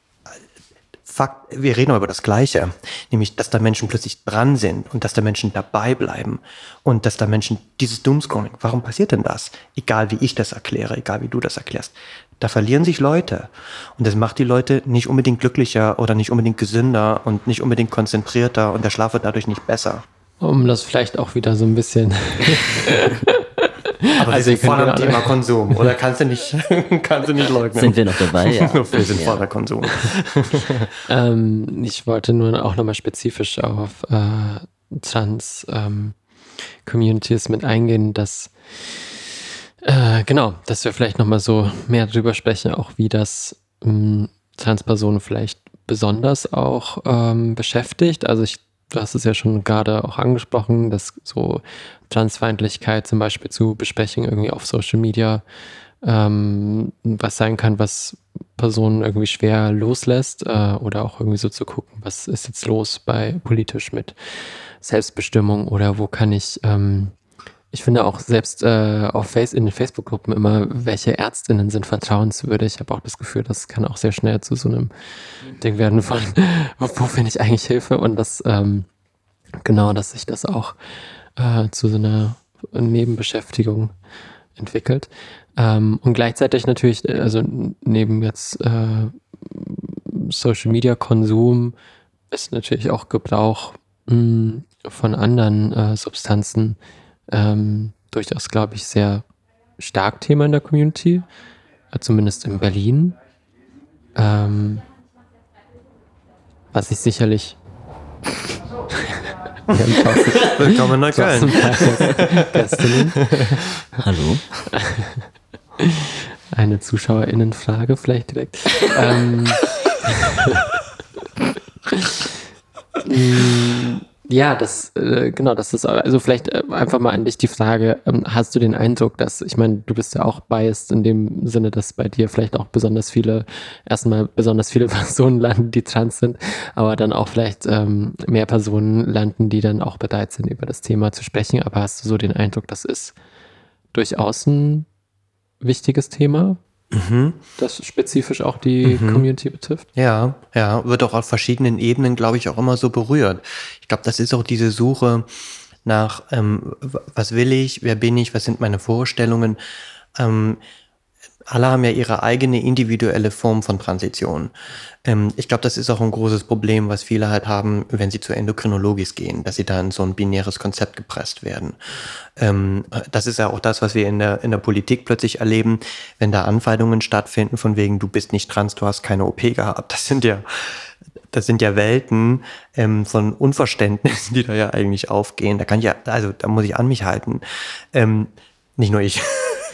Fakt, wir reden aber über das Gleiche, nämlich, dass da Menschen plötzlich dran sind und dass da Menschen dabei bleiben und dass da Menschen dieses Doomscrolling, warum passiert denn das? Egal wie ich das erkläre, egal wie du das erklärst, da verlieren sich Leute und das macht die Leute nicht unbedingt glücklicher oder nicht unbedingt gesünder und nicht unbedingt konzentrierter und der Schlaf wird dadurch nicht besser. Um das vielleicht auch wieder so ein bisschen... Aber also wir sind voll am Thema Konsum, oder kannst du nicht, kannst du nicht leugnen? Sind wir noch dabei? Ja. Wir sind ja. voller Konsum. ähm, ich wollte nur auch nochmal spezifisch auf äh, Trans-Communities ähm, mit eingehen, dass Äh, genau, dass wir vielleicht nochmal so mehr drüber sprechen, auch wie das ähm, Transpersonen vielleicht besonders auch ähm, beschäftigt. Also ich, du hast es ja schon gerade auch angesprochen, dass so Transfeindlichkeit zum Beispiel zu besprechen irgendwie auf Social Media ähm, was sein kann, was Personen irgendwie schwer loslässt äh, oder auch irgendwie so zu gucken, was ist jetzt los bei politisch mit Selbstbestimmung oder wo kann ich ähm, ich finde auch selbst äh, auf Face in den Facebook-Gruppen immer, welche Ärztinnen sind vertrauenswürdig. Ich habe auch das Gefühl, das kann auch sehr schnell zu so einem Ding werden von, wo finde ich eigentlich Hilfe? Und das, ähm, genau, dass sich das auch äh, zu so einer Nebenbeschäftigung entwickelt. Ähm, und gleichzeitig natürlich, also neben jetzt äh, Social-Media-Konsum ist natürlich auch Gebrauch mh, von anderen äh, Substanzen ähm, durchaus, glaube ich, sehr stark Thema in der Community, äh, zumindest in Berlin. Ähm, was ich sicherlich Willkommen in Neukölln. Hallo. Eine ZuschauerInnenfrage vielleicht direkt. ähm, ja, das, äh, genau, das ist, also vielleicht äh, einfach mal an dich die Frage, ähm, hast du den Eindruck, dass, ich meine, du bist ja auch biased in dem Sinne, dass bei dir vielleicht auch besonders viele, erstmal besonders viele Personen landen, die trans sind, aber dann auch vielleicht ähm, mehr Personen landen, die dann auch bereit sind, über das Thema zu sprechen, aber hast du so den Eindruck, das ist durchaus ein wichtiges Thema, Mhm. das spezifisch auch die Mhm. Community betrifft? Ja, ja, wird auch auf verschiedenen Ebenen, glaube ich, auch immer so berührt. Ich glaube, das ist auch diese Suche nach, ähm, w- was will ich, wer bin ich, was sind meine Vorstellungen. Ähm, alle haben ja ihre eigene individuelle Form von Transition. Ähm, ich glaube, das ist auch ein großes Problem, was viele halt haben, wenn sie zur Endokrinologis gehen, dass sie da in so ein binäres Konzept gepresst werden. Ähm, das ist ja auch das, was wir in der, in der Politik plötzlich erleben, wenn da Anfeindungen stattfinden, von wegen, du bist nicht trans, du hast keine O P gehabt. Das sind ja, das sind ja Welten ähm, von Unverständnis, die da ja eigentlich aufgehen. Da kann ich ja, also da muss ich an mich halten. Ähm, nicht nur ich.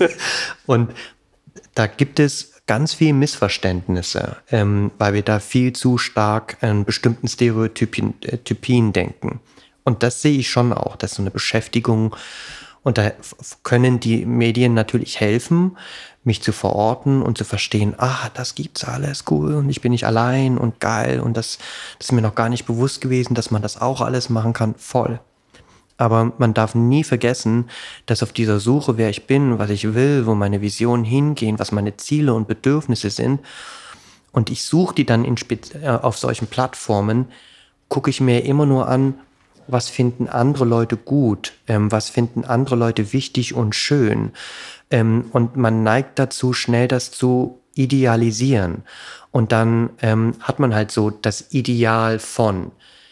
Und da gibt es ganz viele Missverständnisse, ähm, weil wir da viel zu stark an bestimmten Stereotypien äh, Typien denken. Und das sehe ich schon auch, dass so eine Beschäftigung, und da f- können die Medien natürlich helfen, mich zu verorten und zu verstehen, ah, das gibt's alles, cool, und ich bin nicht allein und geil, und das, das ist mir noch gar nicht bewusst gewesen, dass man das auch alles machen kann, voll. Aber man darf nie vergessen, dass auf dieser Suche, wer ich bin, was ich will, wo meine Visionen hingehen, was meine Ziele und Bedürfnisse sind, und ich suche die dann in Spez- äh, auf solchen Plattformen, gucke ich mir immer nur an, was finden andere Leute gut, ähm, was finden andere Leute wichtig und schön. Ähm, und man neigt dazu, schnell das zu idealisieren. Und dann ähm, hat man halt so das Ideal von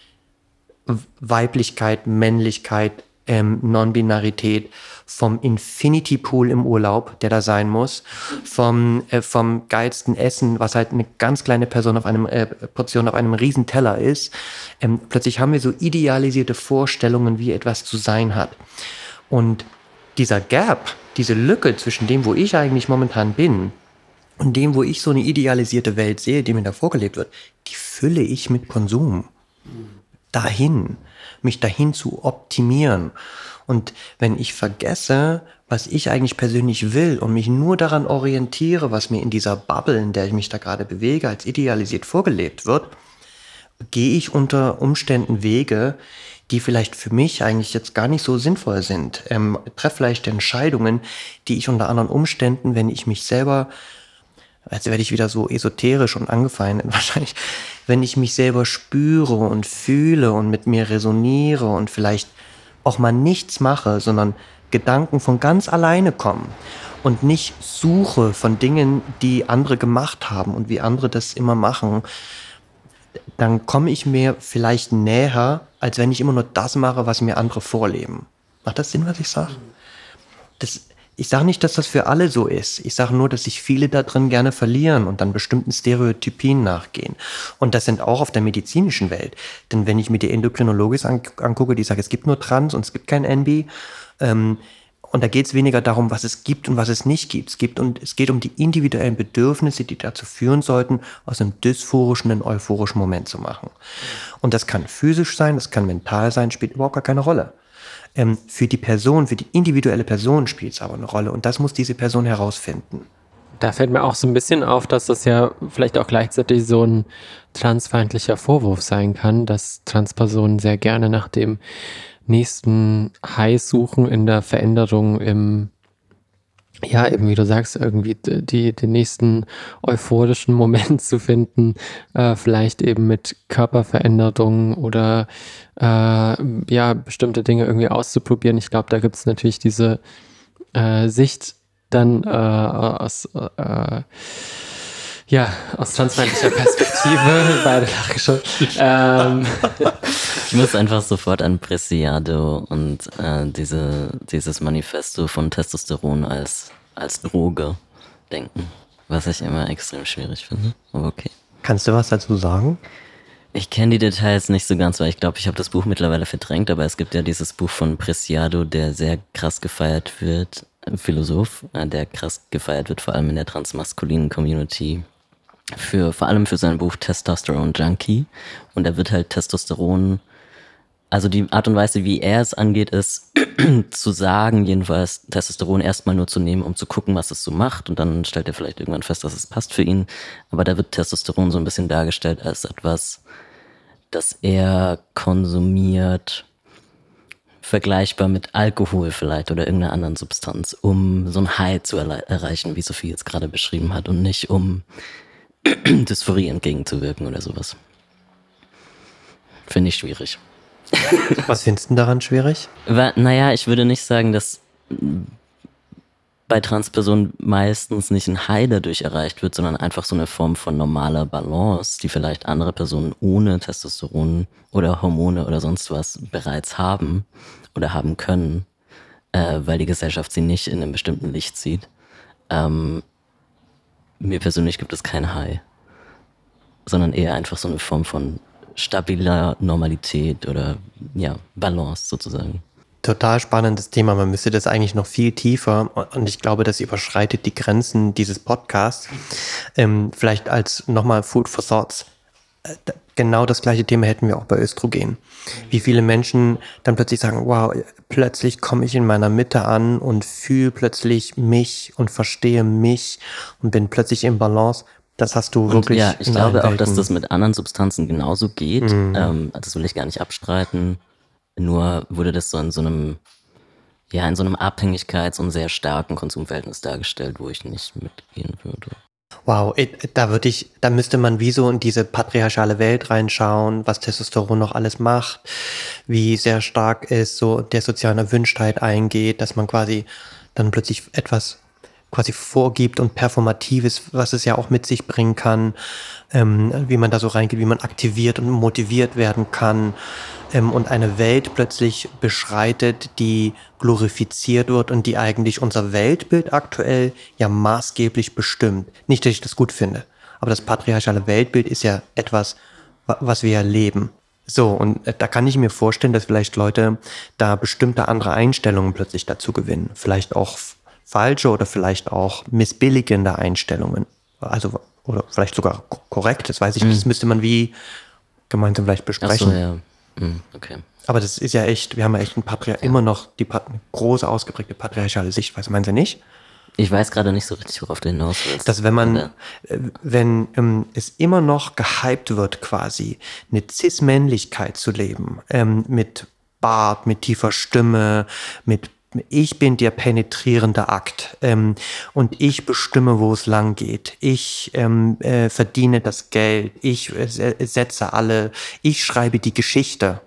Weiblichkeit, Männlichkeit, ähm, Non-Binarität, vom Infinity Pool im Urlaub, der da sein muss, vom, äh, vom geilsten Essen, was halt eine ganz kleine Person auf einem, äh, Portion auf einem riesen Teller ist. Ähm, plötzlich haben wir so idealisierte Vorstellungen, wie etwas zu sein hat. Und dieser Gap, diese Lücke zwischen dem, wo ich eigentlich momentan bin, und dem, wo ich so eine idealisierte Welt sehe, die mir da vorgelebt wird, die fülle ich mit Konsum. Dahin, mich dahin zu optimieren. Und wenn ich vergesse, was ich eigentlich persönlich will und mich nur daran orientiere, was mir in dieser Bubble, in der ich mich da gerade bewege, als idealisiert vorgelebt wird, gehe ich unter Umständen Wege, die vielleicht für mich eigentlich jetzt gar nicht so sinnvoll sind. Ähm, treffe vielleicht Entscheidungen, die ich unter anderen Umständen, wenn ich mich selber, jetzt werde ich wieder so esoterisch und angefeindet wahrscheinlich, wenn ich mich selber spüre und fühle und mit mir resoniere und vielleicht auch mal nichts mache, sondern Gedanken von ganz alleine kommen und nicht suche von Dingen, die andere gemacht haben und wie andere das immer machen, dann komme ich mir vielleicht näher, als wenn ich immer nur das mache, was mir andere vorleben. Macht das Sinn, was ich sage? Das, ich sage nicht, dass das für alle so ist. Ich sage nur, dass sich viele da drin gerne verlieren und dann bestimmten Stereotypien nachgehen. Und das sind auch auf der medizinischen Welt. Denn wenn ich mir die Endokrinologis an, angucke, die sagt, es gibt nur Trans und es gibt kein N B, ähm, Und da geht es weniger darum, was es gibt und was es nicht gibt. Es gibt und es geht um die individuellen Bedürfnisse, die dazu führen sollten, aus einem dysphorischen einen euphorischen Moment zu machen. Und das kann physisch sein, das kann mental sein, spielt überhaupt gar keine Rolle. Ähm, für die Person, für die individuelle Person spielt es aber eine Rolle. Und das muss diese Person herausfinden. Da fällt mir auch so ein bisschen auf, dass das ja vielleicht auch gleichzeitig so ein transfeindlicher Vorwurf sein kann, dass Transpersonen sehr gerne nach dem nächsten High suchen in der Veränderung im, ja, eben wie du sagst, irgendwie die, den nächsten euphorischen Moment zu finden, äh, vielleicht eben mit Körperveränderungen oder äh, ja, bestimmte Dinge irgendwie auszuprobieren. Ich glaube, da gibt es natürlich diese äh, Sicht dann äh, aus äh, ja, aus transfeindlicher Perspektive, beide lachen schon. Ähm. Ich muss einfach sofort an Preciado und äh, diese, dieses Manifesto von Testosteron als, als Droge denken, was ich immer extrem schwierig finde, aber okay. Kannst du was dazu sagen? Ich kenne die Details nicht so ganz, weil ich glaube, ich habe das Buch mittlerweile verdrängt, aber es gibt ja dieses Buch von Preciado, der sehr krass gefeiert wird, ein Philosoph, der krass gefeiert wird, vor allem in der transmaskulinen Community, für, vor allem für sein Buch Testosterone Junkie. Und er wird halt Testosteron, also die Art und Weise, wie er es angeht, ist zu sagen, jedenfalls Testosteron erstmal nur zu nehmen, um zu gucken, was es so macht. Und dann stellt er vielleicht irgendwann fest, dass es passt für ihn. Aber da wird Testosteron so ein bisschen dargestellt als etwas, das er konsumiert, vergleichbar mit Alkohol vielleicht oder irgendeiner anderen Substanz, um so ein High zu erle- erreichen, wie Sophie jetzt gerade beschrieben hat, und nicht um Dysphorie entgegenzuwirken oder sowas. Finde ich schwierig. Was findest du daran schwierig? Weil, naja, ich würde nicht sagen, dass bei Transpersonen meistens nicht ein High dadurch erreicht wird, sondern einfach so eine Form von normaler Balance, die vielleicht andere Personen ohne Testosteron oder Hormone oder sonst was bereits haben oder haben können, äh, weil die Gesellschaft sie nicht in einem bestimmten Licht sieht. Ähm, mir persönlich gibt es kein High, sondern eher einfach so eine Form von stabiler Normalität oder ja, Balance sozusagen. Total spannendes Thema. Man müsste das eigentlich noch viel tiefer, und ich glaube, das überschreitet die Grenzen dieses Podcasts. Ähm, vielleicht als nochmal Food for Thoughts. Äh, genau das gleiche Thema hätten wir auch bei Östrogen. Wie viele Menschen dann plötzlich sagen, wow, plötzlich komme ich in meiner Mitte an und fühle plötzlich mich und verstehe mich und bin plötzlich im Balance. Das hast du und wirklich. Ja, ich glaube auch, Welten. dass das mit anderen Substanzen genauso geht. Mhm. Ähm, das will ich gar nicht abstreiten. Nur wurde das so in so einem, ja, in so einem Abhängigkeits- und sehr starken Konsumverhältnis dargestellt, wo ich nicht mitgehen würde. Wow, da würde ich, da müsste man wie so in diese patriarchale Welt reinschauen, was Testosteron noch alles macht, wie sehr stark es so der sozialen Erwünschtheit eingeht, dass man quasi dann plötzlich etwas quasi vorgibt und Performatives, was es ja auch mit sich bringen kann, ähm, wie man da so reingeht, wie man aktiviert und motiviert werden kann, ähm, und eine Welt plötzlich beschreitet, die glorifiziert wird und die eigentlich unser Weltbild aktuell ja maßgeblich bestimmt. Nicht, dass ich das gut finde, aber das patriarchale Weltbild ist ja etwas, was wir erleben. So, und da kann ich mir vorstellen, dass vielleicht Leute da bestimmte andere Einstellungen plötzlich dazu gewinnen. Vielleicht auch falsche oder vielleicht auch missbilligende Einstellungen. Also, oder vielleicht sogar korrekt, das weiß ich nicht. Mhm. Das müsste man wie gemeinsam vielleicht besprechen. Ach so, ja. Mhm, okay. Aber das ist ja echt, wir haben ja echt ein Patri- ja. immer noch die Pat- eine große, ausgeprägte patriarchale Sichtweise. Meinen Sie nicht? Ich weiß gerade nicht so richtig, worauf du hinaus willst. Dass wenn man, äh, wenn ähm, es immer noch gehypt wird quasi, eine Cis-Männlichkeit zu leben, ähm, mit Bart, mit tiefer Stimme, mit ich bin der penetrierende Akt, ähm, und ich bestimme, wo es lang geht. Ich ähm, äh, verdiene das Geld. Ich äh, setze alle. Ich schreibe die Geschichte.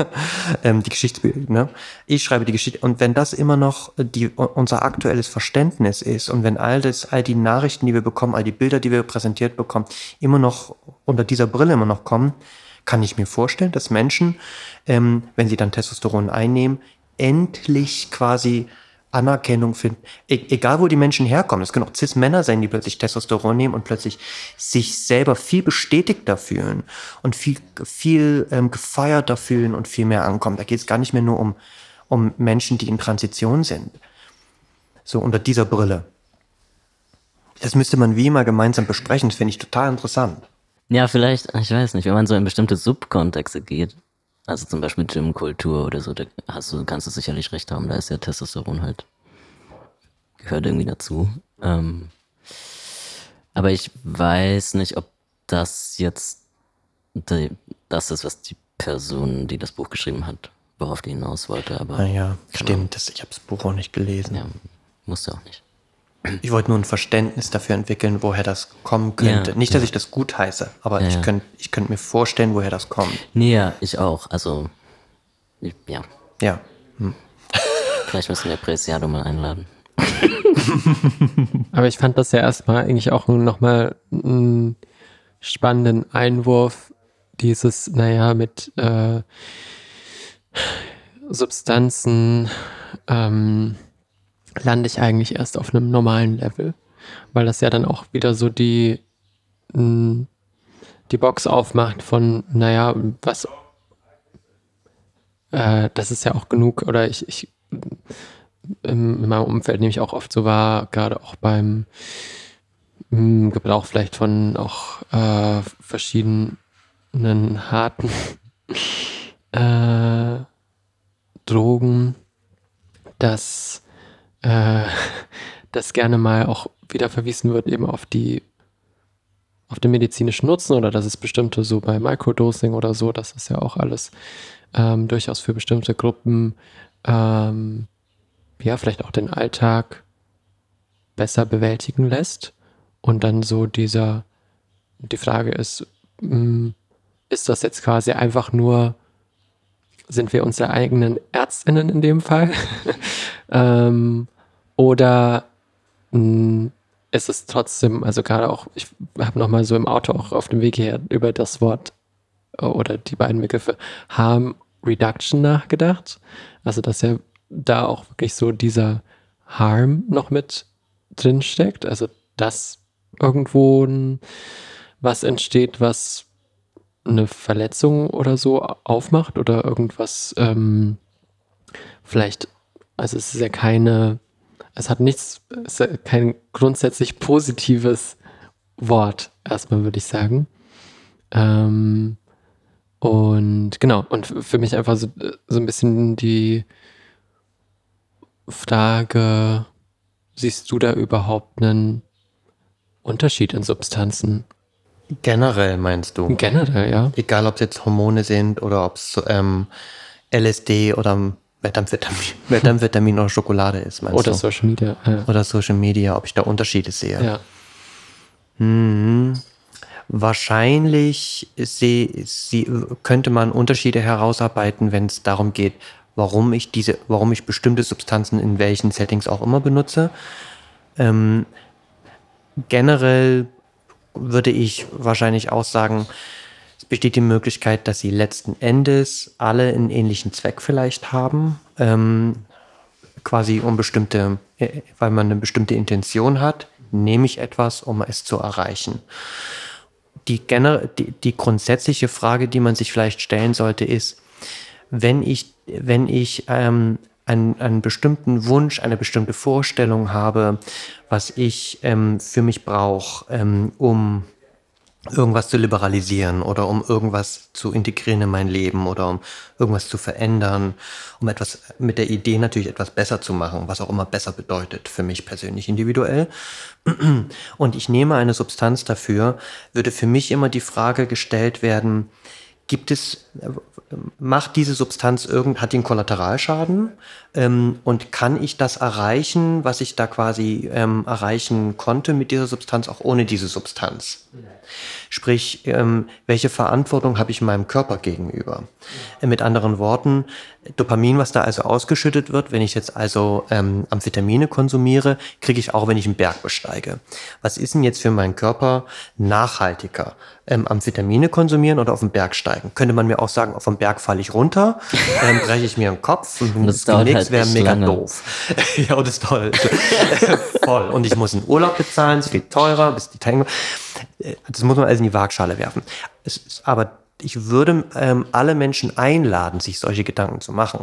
ähm, die Geschichte, ne? Ich schreibe die Geschichte. Und wenn das immer noch die, unser aktuelles Verständnis ist und wenn all das, all die Nachrichten, die wir bekommen, all die Bilder, die wir präsentiert bekommen, immer noch unter dieser Brille immer noch kommen, kann ich mir vorstellen, dass Menschen, ähm, wenn sie dann Testosteron einnehmen, endlich quasi Anerkennung finden. E- egal, wo die Menschen herkommen. Es können auch Cis-Männer sein, die plötzlich Testosteron nehmen und plötzlich sich selber viel bestätigter fühlen und viel, viel ähm, gefeierter fühlen und viel mehr ankommen. Da geht es gar nicht mehr nur um, um Menschen, die in Transition sind. So unter dieser Brille. Das müsste man wie immer gemeinsam besprechen. Das finde ich total interessant. Ja, vielleicht, ich weiß nicht, wenn man so in bestimmte Subkontexte geht, also zum Beispiel Gymkultur oder so, da hast du, kannst du sicherlich recht haben, da ist ja Testosteron halt, gehört irgendwie dazu. Ähm, aber ich weiß nicht, ob das jetzt die, das ist, was die Person, die das Buch geschrieben hat, worauf die hinaus wollte. Aber naja, stimmt, das, ich habe das Buch auch nicht gelesen. Ja, musste auch nicht. Ich wollte nur ein Verständnis dafür entwickeln, woher das kommen könnte. Ja, nicht, dass ja. ich das gut heiße, aber Ja, ich ja. könnte ich könnt mir vorstellen, woher das kommt. Nee, ja, ich auch. Also, ich, ja, Ja. vielleicht müssen wir Preciado mal einladen. Aber ich fand das ja erstmal eigentlich auch nochmal einen spannenden Einwurf, dieses, naja, mit äh, Substanzen ähm, lande ich eigentlich erst auf einem normalen Level, weil das ja dann auch wieder so die, mh, die Box aufmacht von, naja, was, äh, das ist ja auch genug, oder ich, ich in meinem Umfeld nehme ich auch oft so wahr, gerade auch beim mh, Gebrauch vielleicht von auch äh, verschiedenen harten äh, Drogen, dass äh, das gerne mal auch wieder verwiesen wird eben auf die auf den medizinischen Nutzen oder dass es bestimmte so bei Microdosing oder so, dass das ja auch alles ähm, durchaus für bestimmte Gruppen ähm, ja, vielleicht auch den Alltag besser bewältigen lässt. Und dann so dieser, die Frage ist, mh, ist das jetzt quasi einfach nur, sind wir unsere eigenen ÄrztInnen in dem Fall? ähm, oder mh, ist es trotzdem, also gerade auch, ich habe nochmal so im Auto auch auf dem Weg her über das Wort oder die beiden Begriffe Harm Reduction nachgedacht. Also, dass ja da auch wirklich so dieser Harm noch mit drin steckt. Also, dass irgendwo ein, was entsteht, was eine Verletzung oder so aufmacht oder irgendwas ähm, vielleicht, also es ist ja keine, es hat nichts, es ist ja kein grundsätzlich positives Wort, erstmal würde ich sagen. Ähm, und genau, und für mich einfach so, so ein bisschen die Frage, siehst du da überhaupt einen Unterschied in Substanzen? Generell meinst du? Generell, ja. Egal, ob es jetzt Hormone sind oder ob es ähm, L S D oder Methamphetamin, Methamphetamin oder Schokolade ist, meinst Oder du? Social Media. Ja. Oder Social Media, ob ich da Unterschiede sehe. Ja. Mhm. Wahrscheinlich sie, sie, könnte man Unterschiede herausarbeiten, wenn es darum geht, warum ich diese, warum ich bestimmte Substanzen in welchen Settings auch immer benutze. Ähm, generell würde ich wahrscheinlich auch sagen, es besteht die Möglichkeit, dass sie letzten Endes alle einen ähnlichen Zweck vielleicht haben, ähm, quasi um bestimmte, äh, weil man eine bestimmte Intention hat, nehme ich etwas, um es zu erreichen. Die, gener- die, die grundsätzliche Frage, die man sich vielleicht stellen sollte, ist, wenn ich, wenn ich ähm, einen, einen bestimmten Wunsch, eine bestimmte Vorstellung habe, was ich ähm, für mich brauche, ähm, um irgendwas zu liberalisieren oder um irgendwas zu integrieren in mein Leben oder um irgendwas zu verändern, um etwas mit der Idee natürlich etwas besser zu machen, was auch immer besser bedeutet für mich persönlich individuell. Und ich nehme eine Substanz dafür, würde für mich immer die Frage gestellt werden, gibt es, macht diese Substanz irgend, hat die einen Kollateralschaden? Ähm, und kann ich das erreichen, was ich da quasi ähm, erreichen konnte mit dieser Substanz, auch ohne diese Substanz? Sprich, ähm, welche Verantwortung habe ich meinem Körper gegenüber? Äh, mit anderen Worten, Dopamin, was da also ausgeschüttet wird, wenn ich jetzt also ähm, Amphetamine konsumiere, kriege ich auch, wenn ich einen Berg besteige. Was ist denn jetzt für meinen Körper nachhaltiger? Ähm, Amphetamine konsumieren oder auf den Berg steigen? Könnte man mir auch sagen, auf den Berg falle ich runter, ähm, breche ich mir den Kopf und das das Genick halt wäre echt mega lange. doof. Ja, und das ist toll. Voll. Und ich muss einen Urlaub bezahlen, es geht teurer, bis die Tango. Das muss man also in die Waagschale werfen. Es ist, aber ich würde ähm, alle Menschen einladen, sich solche Gedanken zu machen.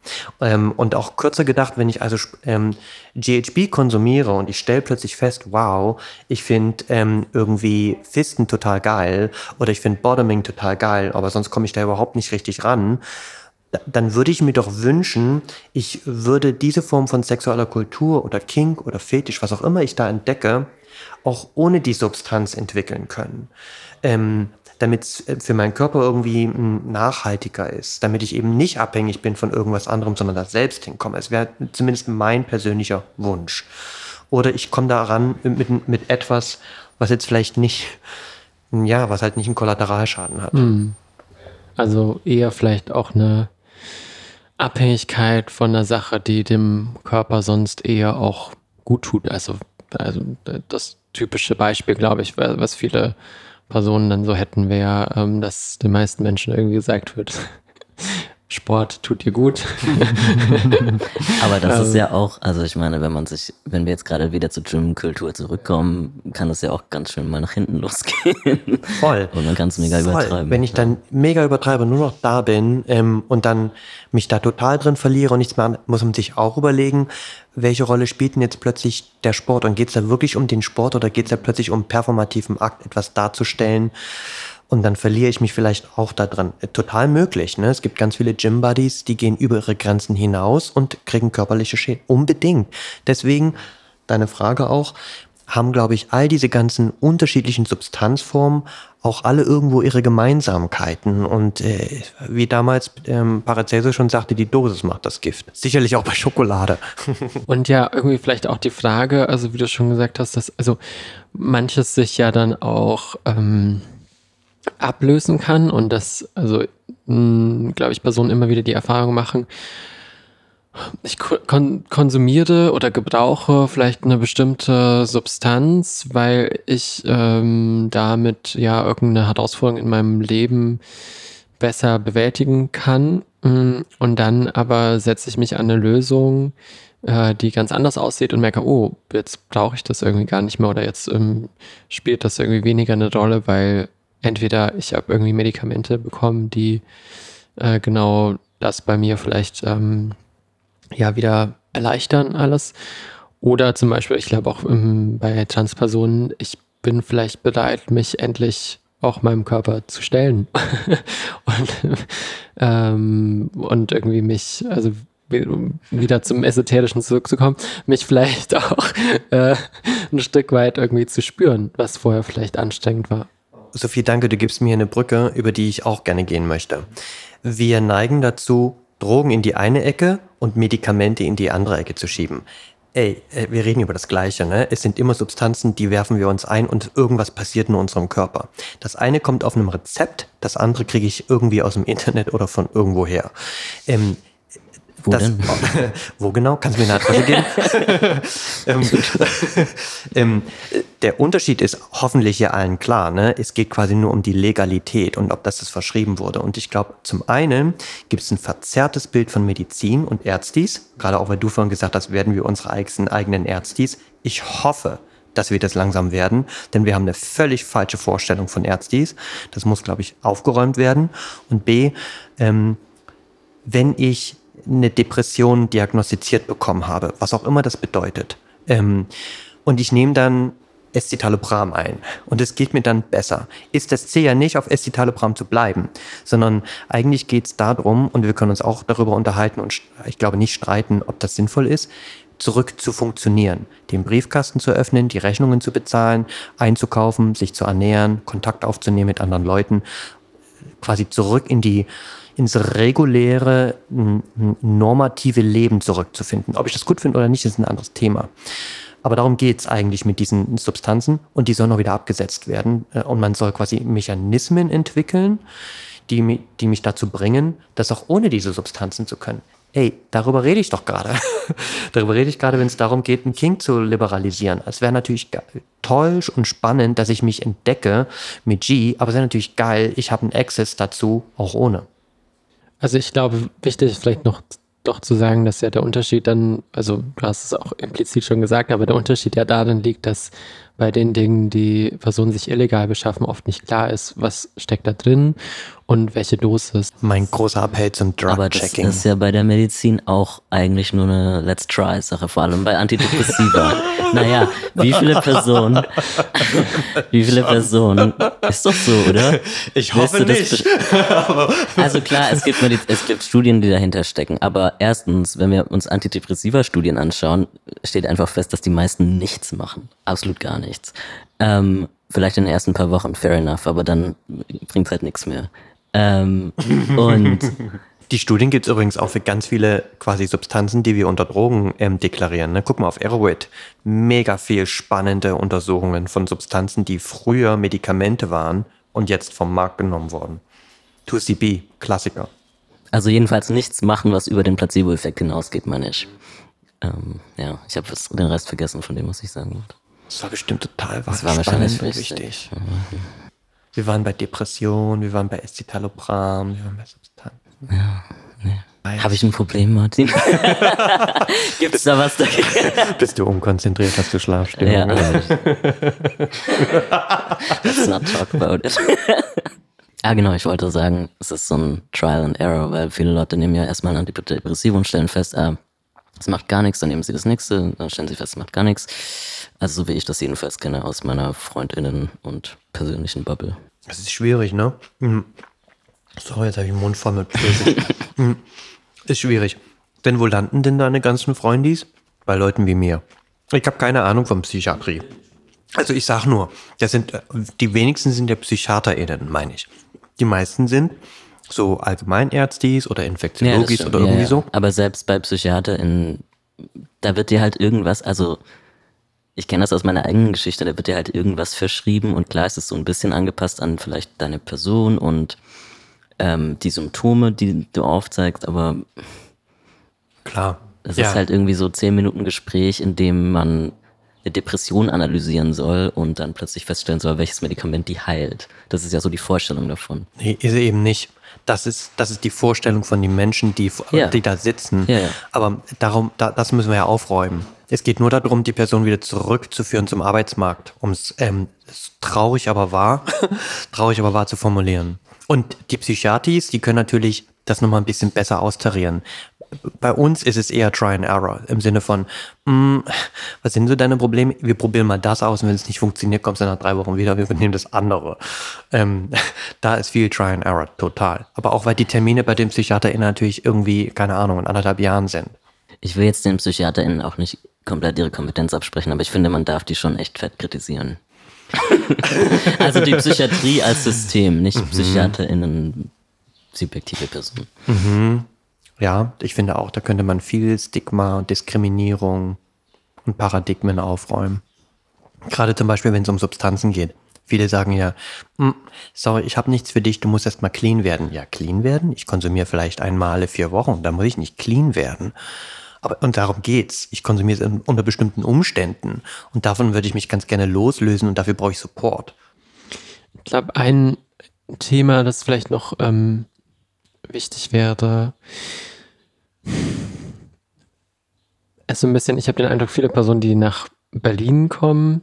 Ähm, und auch kürzer gedacht, wenn ich also ähm, G H B konsumiere und ich stelle plötzlich fest, wow, ich finde ähm, irgendwie Fisten total geil oder ich finde Bottoming total geil, aber sonst komme ich da überhaupt nicht richtig ran, da, dann würde ich mir doch wünschen, ich würde diese Form von sexueller Kultur oder Kink oder Fetisch, was auch immer ich da entdecke, auch ohne die Substanz entwickeln können. Ähm, damit es für meinen Körper irgendwie nachhaltiger ist, damit ich eben nicht abhängig bin von irgendwas anderem, sondern da selbst hinkomme. Es wäre zumindest mein persönlicher Wunsch. Oder ich komme da ran mit, mit etwas, was jetzt vielleicht nicht, ja, was halt nicht einen Kollateralschaden hat. Also eher vielleicht auch eine Abhängigkeit von einer Sache, die dem Körper sonst eher auch gut tut. Also, also das typische Beispiel, glaube ich, was viele Personen dann so hätten, wäre, ähm, dass den meisten Menschen irgendwie gesagt wird, Sport tut dir gut. Aber das ist ja auch, also ich meine, wenn man sich, wenn wir jetzt gerade wieder zur Gym-Kultur zurückkommen, kann das ja auch ganz schön mal nach hinten losgehen. Voll. Und man kann es mega Voll. übertreiben. Wenn ich dann mega übertreibe, nur noch da bin ähm, und dann mich da total drin verliere und nichts mehr an, muss man sich auch überlegen, welche Rolle spielt denn jetzt plötzlich der Sport? Und geht es da wirklich um den Sport oder geht es da plötzlich um performativen Akt, etwas darzustellen? Und dann verliere ich mich vielleicht auch da drin. Total möglich, ne? Es gibt ganz viele Gym-Buddies, die gehen über ihre Grenzen hinaus und kriegen körperliche Schäden. Unbedingt. Deswegen, deine Frage auch, haben, glaube ich, all diese ganzen unterschiedlichen Substanzformen auch alle irgendwo ihre Gemeinsamkeiten. Und äh, wie damals ähm, Paracelsus schon sagte, die Dosis macht das Gift. Sicherlich auch bei Schokolade. Und ja, irgendwie vielleicht auch die Frage, also wie du schon gesagt hast, dass also manches sich ja dann auch ähm, ablösen kann und dass, also, glaube ich, Personen immer wieder die Erfahrung machen, ich kon- konsumiere oder gebrauche vielleicht eine bestimmte Substanz, weil ich ähm, damit ja irgendeine Herausforderung in meinem Leben besser bewältigen kann. Und dann aber setze ich mich an eine Lösung, äh, die ganz anders aussieht und merke, oh, jetzt brauche ich das irgendwie gar nicht mehr oder jetzt ähm, spielt das irgendwie weniger eine Rolle, weil entweder ich habe irgendwie Medikamente bekommen, die äh, genau das bei mir vielleicht ähm, ja wieder erleichtern alles. Oder zum Beispiel, ich glaube auch ähm, bei Transpersonen, ich bin vielleicht bereit, mich endlich auch meinem Körper zu stellen und, ähm, und irgendwie mich, also wieder zum Esoterischen zurückzukommen, mich vielleicht auch äh, ein Stück weit irgendwie zu spüren, was vorher vielleicht anstrengend war. Sophie, danke, du gibst mir eine Brücke, über die ich auch gerne gehen möchte. Wir neigen dazu, Drogen in die eine Ecke und Medikamente in die andere Ecke zu schieben. Ey, wir reden über das Gleiche, ne? Es sind immer Substanzen, die werfen wir uns ein und irgendwas passiert in unserem Körper. Das eine kommt auf einem Rezept, das andere kriege ich irgendwie aus dem Internet oder von irgendwoher. Ähm, Wo das, denn? Wo genau? Kannst du mir eine Adresse geben? ähm, ähm, der Unterschied ist hoffentlich ja allen klar. Ne? Es geht quasi nur um die Legalität und ob das, das verschrieben wurde. Und ich glaube, zum einen gibt es ein verzerrtes Bild von Medizin und Ärztis. Gerade auch, weil du vorhin gesagt hast, werden wir unsere eigenen, eigenen Ärztis. Ich hoffe, dass wir das langsam werden, denn wir haben eine völlig falsche Vorstellung von Ärztis. Das muss, glaube ich, aufgeräumt werden. Und B, ähm, wenn ich eine Depression diagnostiziert bekommen habe, was auch immer das bedeutet. Ähm, und ich nehme dann Escitalopram ein und es geht mir dann besser. Ist das Ziel ja nicht, auf Escitalopram zu bleiben, sondern eigentlich geht es darum, und wir können uns auch darüber unterhalten und ich glaube nicht streiten, ob das sinnvoll ist, zurück zu funktionieren, den Briefkasten zu öffnen, die Rechnungen zu bezahlen, einzukaufen, sich zu ernähren, Kontakt aufzunehmen mit anderen Leuten, quasi zurück in die ins reguläre, normative Leben zurückzufinden. Ob ich das gut finde oder nicht, ist ein anderes Thema. Aber darum geht es eigentlich mit diesen Substanzen und die sollen auch wieder abgesetzt werden. Und man soll quasi Mechanismen entwickeln, die, die mich dazu bringen, das auch ohne diese Substanzen zu können. Ey, darüber rede ich doch gerade. darüber rede ich gerade, wenn es darum geht, einen Kink zu liberalisieren. Es wäre natürlich toll und spannend, dass ich mich entdecke mit G, aber es wäre natürlich geil, ich habe einen Access dazu, auch ohne. Also ich glaube, wichtig ist vielleicht noch doch zu sagen, dass ja der Unterschied dann, also du hast es auch implizit schon gesagt, aber der Unterschied ja darin liegt, dass bei den Dingen, die Personen sich illegal beschaffen, oft nicht klar ist, was steckt da drin und welche Dosis. Mein großer Appell zum Aber das Drug-Checking. ist ja bei der Medizin auch eigentlich nur eine Let's-Try-Sache, vor allem bei Antidepressiva. Naja, wie viele Personen, wie viele Personen, ist doch so, oder? Ich Willst hoffe du das nicht. be- Also klar, es gibt, Mediz- es gibt Studien, die dahinter stecken, aber erstens, wenn wir uns Antidepressiva-Studien anschauen, steht einfach fest, dass die meisten nichts machen. Absolut gar nichts. Ähm, vielleicht in den ersten paar Wochen, fair enough, aber dann bringt halt nichts mehr. Ähm, und Die Studien gibt es übrigens auch für ganz viele quasi Substanzen, die wir unter Drogen ähm, deklarieren. Ne? Guck mal auf Erowid. Mega viel spannende Untersuchungen von Substanzen, die früher Medikamente waren und jetzt vom Markt genommen wurden. zwei C B, Klassiker. also jedenfalls nichts machen, was über den Placebo-Effekt hinausgeht, meine ich. Ähm, ja, ich habe den Rest vergessen von dem, was ich sagen wollte. Das war bestimmt total Das war wahrscheinlich spannend und wichtig. wichtig. Wir waren bei Depression, wir waren bei Escitalopram, wir waren bei Substanzen. Habe ich ein Problem, Martin? Gibt es da was dagegen? Bist du unkonzentriert, hast du Schlafstörungen? Ja, also, let's not talk about it. Ah, genau, ich wollte sagen, es ist so ein Trial and Error, weil viele Leute nehmen ja erstmal ein Antidepressivum und stellen fest, ah, es macht gar nichts, dann nehmen sie das nächste, dann stellen sie fest, es macht gar nichts. Also so wie ich das jedenfalls kenne aus meiner FreundInnen- und persönlichen Bubble. Das ist schwierig, ne? Mhm. Sorry, jetzt habe ich den Mund voll mit Pfirsich. Mhm. Ist schwierig. Denn wo landen denn deine ganzen Freundis? Bei Leuten wie mir. Ich habe keine Ahnung von Psychiatrie. Also ich sag nur, das sind, äh, die wenigsten sind ja PsychiaterInnen, meine ich. Die meisten sind so Allgemeinärztis oder Ja, das Infektiologis stimmt. oder irgendwie ja, ja. so. Aber selbst bei PsychiaterInnen, da wird dir halt irgendwas, also ich kenne das aus meiner eigenen Geschichte, da wird dir halt irgendwas verschrieben und klar ist es so ein bisschen angepasst an vielleicht deine Person und ähm, die Symptome, die du aufzeigst, aber Klar. es Ja. ist halt irgendwie so zehn Minuten Gespräch, in dem man eine Depression analysieren soll und dann plötzlich feststellen soll, welches Medikament die heilt. Das ist ja so die Vorstellung davon. Nee, ist sie eben nicht. Das ist, das ist die Vorstellung von den Menschen, die, Ja. die da sitzen. Ja, ja. Aber darum, da, das müssen wir ja aufräumen. Es geht nur darum, die Person wieder zurückzuführen zum Arbeitsmarkt, um es ähm, es traurig aber wahr, traurig aber wahr zu formulieren. Und die Psychiatis, die können natürlich das nochmal ein bisschen besser austarieren. Bei uns ist es eher Try and Error im Sinne von, mh, was sind so deine Probleme? Wir probieren mal das aus und wenn es nicht funktioniert, kommst du nach drei Wochen wieder, wir übernehmen das andere. Ähm, da ist viel Try and Error, total. Aber auch weil die Termine bei den PsychiaterInnen natürlich irgendwie, keine Ahnung, in anderthalb Jahren sind. Ich will jetzt den PsychiaterInnen auch nicht komplett ihre Kompetenz absprechen, aber ich finde, man darf die schon echt fett kritisieren. Also die Psychiatrie als System, nicht Mhm. PsychiaterInnen, subjektive Personen. Ja, ich finde auch, da könnte man viel Stigma und Diskriminierung und Paradigmen aufräumen. Gerade zum Beispiel, wenn es um Substanzen geht. Viele sagen ja, "Hm, sorry, ich habe nichts für dich, du musst erst mal clean werden. Ja, clean werden? Ich konsumiere vielleicht einmal alle vier Wochen, da muss ich nicht clean werden. Aber, und darum geht's. Ich konsumiere es in, unter bestimmten Umständen. Und davon würde ich mich ganz gerne loslösen und dafür brauche ich Support. Ich glaube, ein Thema, das vielleicht noch ähm, wichtig wäre, ist so ein bisschen, ich habe den Eindruck, viele Personen, die nach Berlin kommen,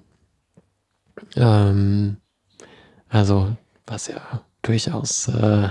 ähm, also was ja durchaus äh,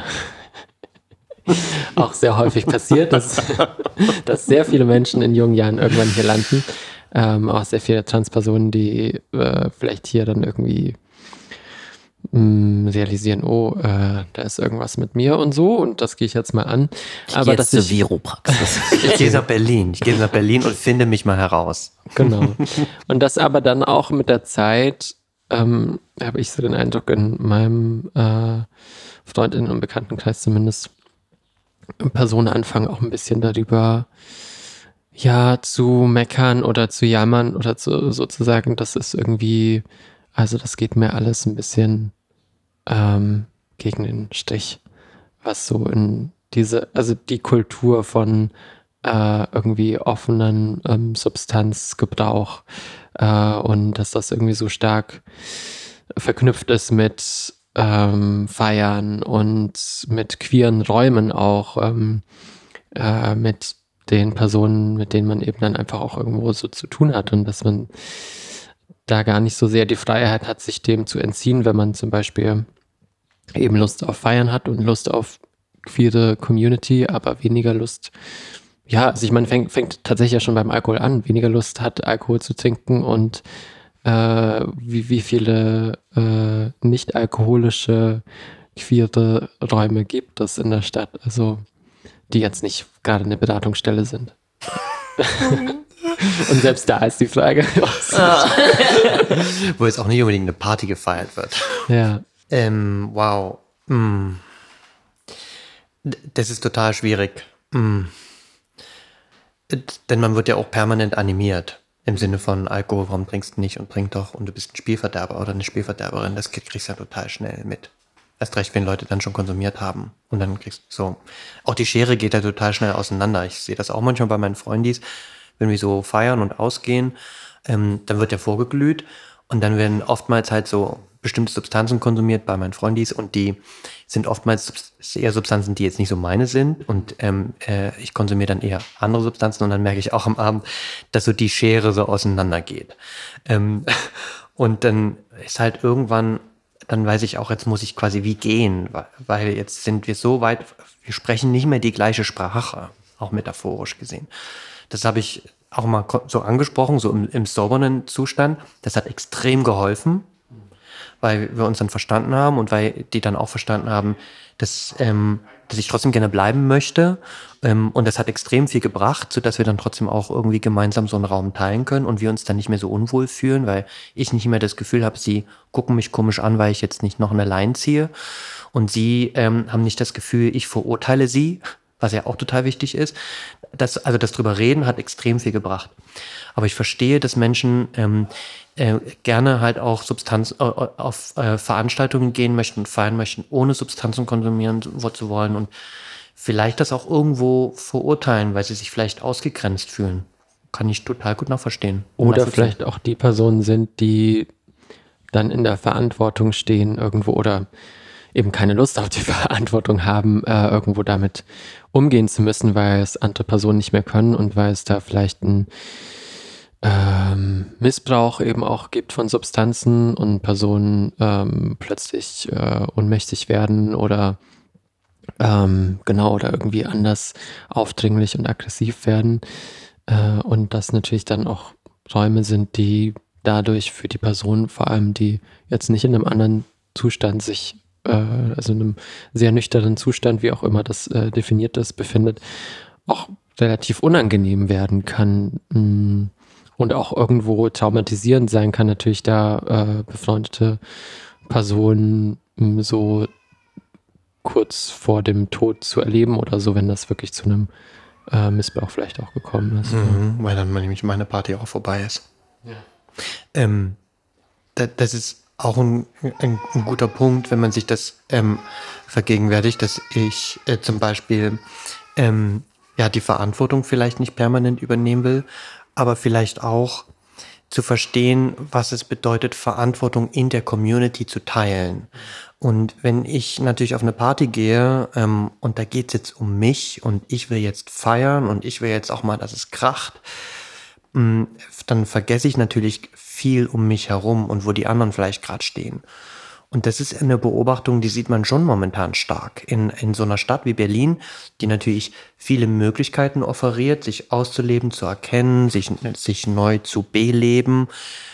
auch sehr häufig passiert, dass, dass sehr viele Menschen in jungen Jahren irgendwann hier landen, ähm, auch sehr viele Transpersonen, die äh, vielleicht hier dann irgendwie mh, realisieren, oh, äh, da ist irgendwas mit mir und so und das gehe ich jetzt mal an. Aber Jetzt dass zur ich, Viropraxis. Ich gehe nach Berlin. Ich gehe nach Berlin und finde mich mal heraus. genau. Und das aber dann auch mit der Zeit, ähm, habe ich so den Eindruck in meinem äh, Freundinnen- und Bekanntenkreis zumindest, Personen anfangen auch ein bisschen darüber, ja, zu meckern oder zu jammern oder zu, sozusagen, das ist irgendwie, also das geht mir alles ein bisschen ähm, gegen den Strich, was so in diese, also die Kultur von äh, irgendwie offenen ähm, Substanzgebrauch äh, und dass das irgendwie so stark verknüpft ist mit ähm, Feiern und mit queeren Räumen auch, ähm, äh, mit den Personen, mit denen man eben dann einfach auch irgendwo so zu tun hat und dass man da gar nicht so sehr die Freiheit hat, sich dem zu entziehen, wenn man zum Beispiel eben Lust auf Feiern hat und Lust auf queere Community, aber weniger Lust, ja, also ich meine, fängt, fängt tatsächlich ja schon beim Alkohol an, weniger Lust hat, Alkohol zu trinken und äh, wie, wie viele äh, nicht-alkoholische queere Räume gibt es in der Stadt, also die jetzt nicht gerade eine Beratungsstelle sind. Und selbst da ist die Frage. Wo jetzt auch nicht unbedingt eine Party gefeiert wird. Ja. Ähm, wow. Mm. Das ist total schwierig. Mm. Denn man wird ja auch permanent animiert. Im Sinne von Alkohol, warum trinkst du nicht und trink doch und du bist ein Spielverderber oder eine Spielverderberin. Das kriegst du ja total schnell mit. Erst recht, wenn Leute dann schon konsumiert haben. Und dann kriegst du so. Auch die Schere geht ja total schnell auseinander. Ich sehe das auch manchmal bei meinen Freundis, wenn wir so feiern und ausgehen, ähm, dann wird ja vorgeglüht und dann werden oftmals halt so bestimmte Substanzen konsumiert bei meinen Freundis und die sind oftmals eher Substanzen, die jetzt nicht so meine sind und ähm, äh, ich konsumiere dann eher andere Substanzen und dann merke ich auch am Abend, dass so die Schere so auseinander geht. Ähm, und dann ist halt irgendwann, dann weiß ich auch, jetzt muss ich quasi wie gehen, weil jetzt sind wir so weit, wir sprechen nicht mehr die gleiche Sprache, auch metaphorisch gesehen. Das habe ich auch mal so angesprochen, so im, im soberen Zustand. Das hat extrem geholfen, weil wir uns dann verstanden haben und weil die dann auch verstanden haben, dass, ähm, dass ich trotzdem gerne bleiben möchte. Ähm, und das hat extrem viel gebracht, sodass wir dann trotzdem auch irgendwie gemeinsam so einen Raum teilen können und wir uns dann nicht mehr so unwohl fühlen, weil ich nicht mehr das Gefühl habe, sie gucken mich komisch an, weil ich jetzt nicht noch eine Line ziehe. Und sie ähm, haben nicht das Gefühl, ich verurteile sie, was ja auch total wichtig ist. Das, also das drüber reden hat extrem viel gebracht. Aber ich verstehe, dass Menschen ähm, äh, gerne halt auch Substanz äh, auf äh, Veranstaltungen gehen möchten und feiern möchten, ohne Substanzen konsumieren zu wollen und vielleicht das auch irgendwo verurteilen, weil sie sich vielleicht ausgegrenzt fühlen. Kann ich total gut nachverstehen. Oder vielleicht auch die Personen sind, die dann in der Verantwortung stehen irgendwo oder eben keine Lust auf die Verantwortung haben, äh, irgendwo damit umgehen zu müssen, weil es andere Personen nicht mehr können und weil es da vielleicht einen ähm, Missbrauch eben auch gibt von Substanzen und Personen ähm, plötzlich äh, ohnmächtig werden oder ähm, genau oder irgendwie anders aufdringlich und aggressiv werden äh, und das natürlich dann auch Räume sind, die dadurch für die Personen, vor allem die jetzt nicht in einem anderen Zustand sich also in einem sehr nüchternen Zustand, wie auch immer das äh, definiert ist, befindet, auch relativ unangenehm werden kann mh, und auch irgendwo traumatisierend sein kann, natürlich da äh, befreundete Personen mh, so kurz vor dem Tod zu erleben oder so, wenn das wirklich zu einem äh, Missbrauch vielleicht auch gekommen ist. Mhm, ja. Weil dann nämlich meine Party auch vorbei ist. Ja. Ähm, da, das ist auch ein, ein, ein guter Punkt, wenn man sich das ähm, vergegenwärtigt, dass ich äh, zum Beispiel ähm, ja, die Verantwortung vielleicht nicht permanent übernehmen will, aber vielleicht auch zu verstehen, was es bedeutet, Verantwortung in der Community zu teilen. Und wenn ich natürlich auf eine Party gehe ähm, und da geht es jetzt um mich und ich will jetzt feiern und ich will jetzt auch mal, dass es kracht, mh, dann vergesse ich natürlich viel um mich herum und wo die anderen vielleicht gerade stehen. Und das ist eine Beobachtung, die sieht man schon momentan stark. In, in so einer Stadt wie Berlin, die natürlich viele Möglichkeiten offeriert, sich auszuleben, zu erkennen, sich, sich neu zu beleben.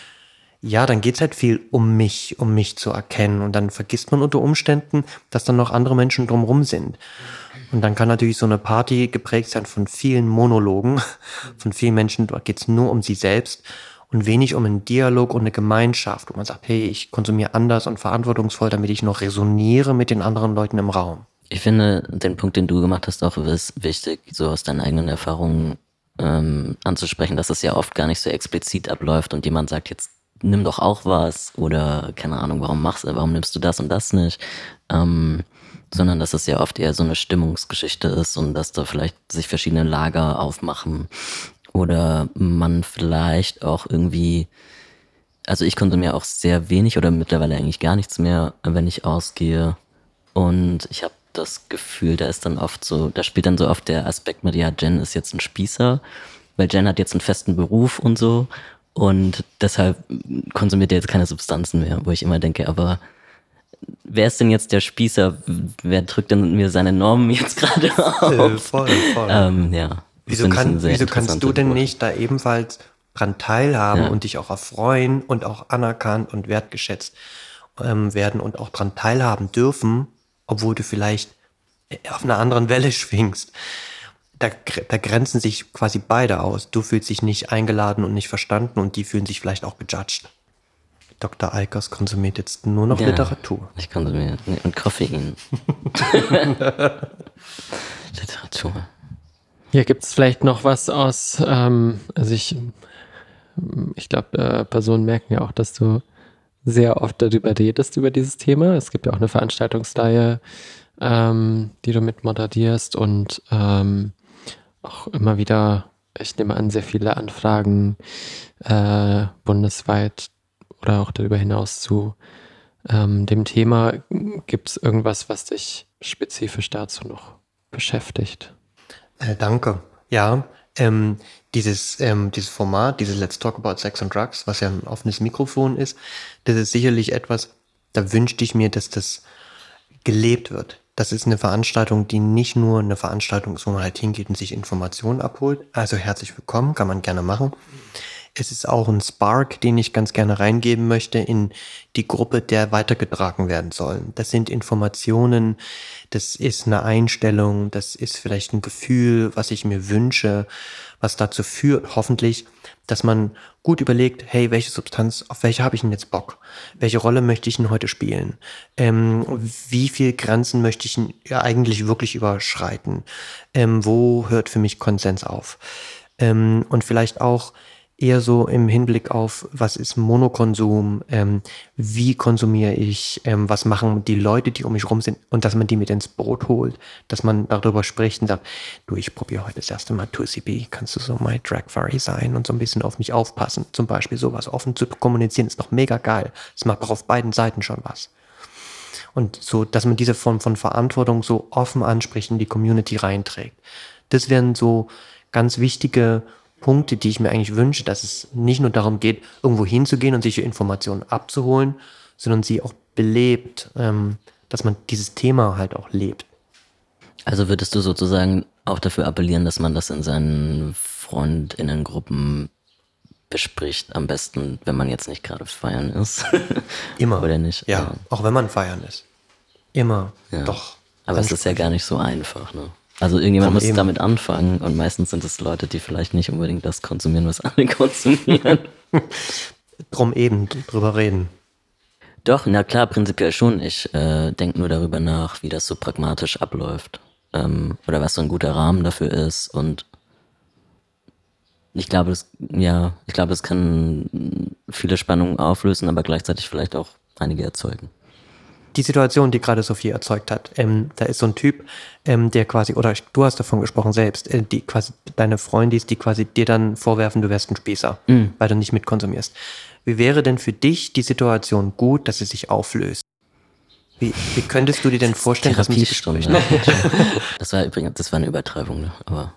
Ja, dann geht's halt viel um mich, um mich zu erkennen. Und dann vergisst man unter Umständen, dass dann noch andere Menschen drumherum sind. Und dann kann natürlich so eine Party geprägt sein von vielen Monologen, von vielen Menschen, da geht's nur um sie selbst. Und wenig um einen Dialog und eine Gemeinschaft, wo man sagt, hey, ich konsumiere anders und verantwortungsvoll, damit ich noch resoniere mit den anderen Leuten im Raum. Ich finde den Punkt, den du gemacht hast, auch ist wichtig, so aus deinen eigenen Erfahrungen ähm, anzusprechen, dass es ja oft gar nicht so explizit abläuft und jemand sagt, jetzt nimm doch auch was oder keine Ahnung, warum machst du, warum nimmst du das und das nicht, ähm, sondern dass es ja oft eher so eine Stimmungsgeschichte ist und dass da vielleicht sich verschiedene Lager aufmachen. Oder man vielleicht auch irgendwie, also ich konsumiere auch sehr wenig oder mittlerweile eigentlich gar nichts mehr, wenn ich ausgehe. Und ich habe das Gefühl, da ist dann oft so, da spielt dann so oft der Aspekt mit, ja, Jen ist jetzt ein Spießer, weil Jen hat jetzt einen festen Beruf und so. Und deshalb konsumiert er jetzt keine Substanzen mehr, wo ich immer denke, aber wer ist denn jetzt der Spießer? Wer drückt denn mir seine Normen jetzt gerade auf? Äh, voll, voll. Ähm, ja. Wieso, kann, wieso kannst du denn Geburt. nicht da ebenfalls dran teilhaben Ja. und dich auch erfreuen und auch anerkannt und wertgeschätzt ähm, werden und auch dran teilhaben dürfen, obwohl du vielleicht auf einer anderen Welle schwingst? Da, da grenzen sich quasi beide aus. Du fühlst dich nicht eingeladen und nicht verstanden und die fühlen sich vielleicht auch gejudged. Doktor Eikers konsumiert jetzt nur noch Ja, Literatur. Ich konsumiere nee, und Koffein. Literatur. Hier gibt es vielleicht noch was aus, ähm, also ich, ich glaube, äh, Personen merken ja auch, dass du sehr oft darüber redest, über dieses Thema. Es gibt ja auch eine Veranstaltungsreihe, ähm, die du mit moderierst und ähm, auch immer wieder, ich nehme an, sehr viele Anfragen äh, bundesweit oder auch darüber hinaus zu ähm, dem Thema. Gibt es irgendwas, was dich spezifisch dazu noch beschäftigt? Äh, danke. Ja, ähm, dieses, ähm, dieses Format, dieses Let's Talk About Sex and Drugs, was ja ein offenes Mikrofon ist, das ist sicherlich etwas, da wünschte ich mir, dass das gelebt wird. Das ist eine Veranstaltung, die nicht nur eine Veranstaltung ist, wo man halt hingeht und sich Informationen abholt. Also herzlich willkommen, kann man gerne machen. Es ist auch ein Spark, den ich ganz gerne reingeben möchte in die Gruppe, der weitergetragen werden soll. Das sind Informationen, das ist eine Einstellung, das ist vielleicht ein Gefühl, was ich mir wünsche, was dazu führt, hoffentlich, dass man gut überlegt, hey, welche Substanz, auf welche habe ich denn jetzt Bock? Welche Rolle möchte ich denn heute spielen? Ähm, wie viel Grenzen möchte ich denn ja eigentlich wirklich überschreiten? Ähm, wo hört für mich Konsens auf? Ähm, und vielleicht auch eher so im Hinblick auf, was ist Monokonsum, ähm, wie konsumiere ich, ähm, was machen die Leute, die um mich rum sind und dass man die mit ins Boot holt, dass man darüber spricht und sagt, du, ich probiere heute das erste Mal two C B, kannst du so my Drag Furry sein und so ein bisschen auf mich aufpassen, zum Beispiel sowas offen zu kommunizieren, ist doch mega geil, es macht doch auf beiden Seiten schon was. Und so, dass man diese Form von Verantwortung so offen anspricht und die Community reinträgt. Das wären so ganz wichtige Punkte, die ich mir eigentlich wünsche, dass es nicht nur darum geht, irgendwo hinzugehen und sich Informationen abzuholen, sondern sie auch belebt, ähm, dass man dieses Thema halt auch lebt. Also würdest du sozusagen auch dafür appellieren, dass man das in seinen Freundinnengruppen bespricht, am besten, wenn man jetzt nicht gerade feiern ist? Immer. Oder nicht? Ja, auch wenn man feiern ist. Immer. Ja. Doch. Aber es ist ja gar nicht so einfach, ne? Also irgendjemand Komm, muss eben. damit anfangen und meistens sind es Leute, die vielleicht nicht unbedingt das konsumieren, was alle konsumieren. Drum eben drüber reden. Doch, na klar, prinzipiell schon. Ich äh, denke nur darüber nach, wie das so pragmatisch abläuft. Ähm, oder was so ein guter Rahmen dafür ist. Und ich glaube, es, ja, ich glaube, es kann viele Spannungen auflösen, aber gleichzeitig vielleicht auch einige erzeugen. Die Situation, die gerade Sophie erzeugt hat, ähm, da ist so ein Typ, ähm, der quasi, oder du hast davon gesprochen selbst, äh, die quasi deine Freundin, die quasi dir dann vorwerfen, du wärst ein Spießer, Mhm. weil du nicht mitkonsumierst. Wie wäre denn für dich die Situation gut, dass sie sich auflöst? Wie, wie könntest du dir denn vorstellen, dass man sie Therapiestunde. bespricht? Das war übrigens, das war eine Übertreibung, ne? Aber.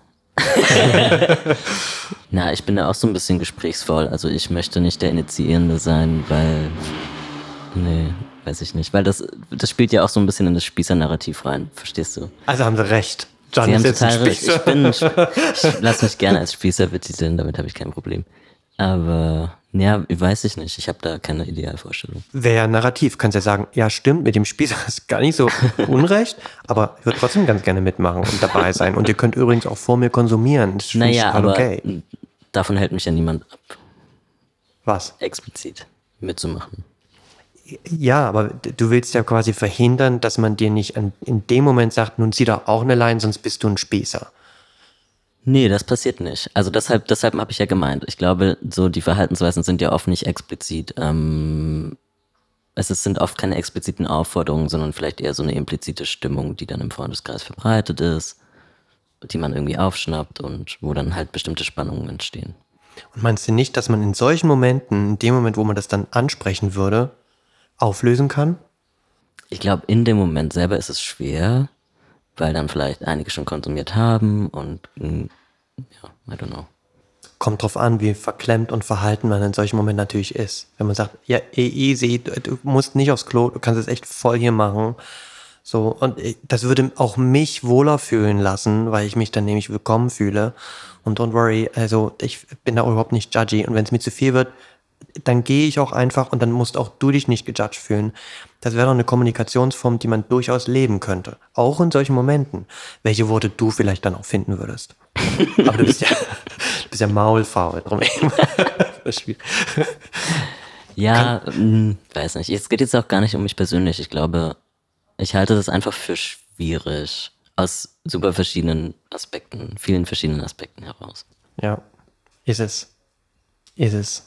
Na, ich bin da auch so ein bisschen gesprächsvoll. Also ich möchte nicht der Initiierende sein, weil. Nee, weiß ich nicht. Weil das, das spielt ja auch so ein bisschen in das Spießer-Narrativ rein, verstehst du? Also haben sie recht. John Sie ist haben jetzt ein total recht. Spießer. Ich bin, ich lasse mich gerne als Spießer betiteln, damit habe ich kein Problem. Aber, ja, weiß ich nicht. Ich habe da keine Idealvorstellung. Wäre ja narrativ. Kannst ja sagen, ja stimmt, mit dem Spießer ist gar nicht so unrecht, aber ich würde trotzdem ganz gerne mitmachen und dabei sein. Und ihr könnt übrigens auch vor mir konsumieren. Das finde ich Naja, total aber okay. davon hält mich ja niemand ab, Was? explizit mitzumachen. Ja, aber du willst ja quasi verhindern, dass man dir nicht an, in dem Moment sagt, nun zieh doch auch eine Leine, sonst bist du ein Spießer. Nee, das passiert nicht. Also deshalb, deshalb habe ich ja gemeint. Ich glaube, so die Verhaltensweisen sind ja oft nicht explizit. Ähm, es ist, sind oft keine expliziten Aufforderungen, sondern vielleicht eher so eine implizite Stimmung, die dann im Freundeskreis verbreitet ist, die man irgendwie aufschnappt und wo dann halt bestimmte Spannungen entstehen. Und meinst du nicht, dass man in solchen Momenten, in dem Moment, wo man das dann ansprechen würde, auflösen kann? Ich glaube, in dem Moment selber ist es schwer, weil dann vielleicht einige schon konsumiert haben und mh, ja, I don't know. kommt drauf an, wie verklemmt und verhalten man in solchen Momenten natürlich ist. Wenn man sagt, ja, easy, du, du musst nicht aufs Klo, du kannst es echt voll hier machen. So, und das würde auch mich wohler fühlen lassen, weil ich mich dann nämlich willkommen fühle. Und don't worry, also ich bin da überhaupt nicht judgy. Und wenn es mir zu viel wird, dann gehe ich auch einfach und dann musst auch du dich nicht gejudged fühlen. Das wäre doch eine Kommunikationsform, die man durchaus leben könnte. Auch in solchen Momenten. Welche Worte du vielleicht dann auch finden würdest. Aber du bist ja, du bist ja maulfaul. Drum das ist schwierig. Ja, mh, weiß nicht. Es geht jetzt auch gar nicht um mich persönlich. Ich glaube, ich halte das einfach für schwierig. Aus super verschiedenen Aspekten, vielen verschiedenen Aspekten heraus. Ja, ist es. Ist es.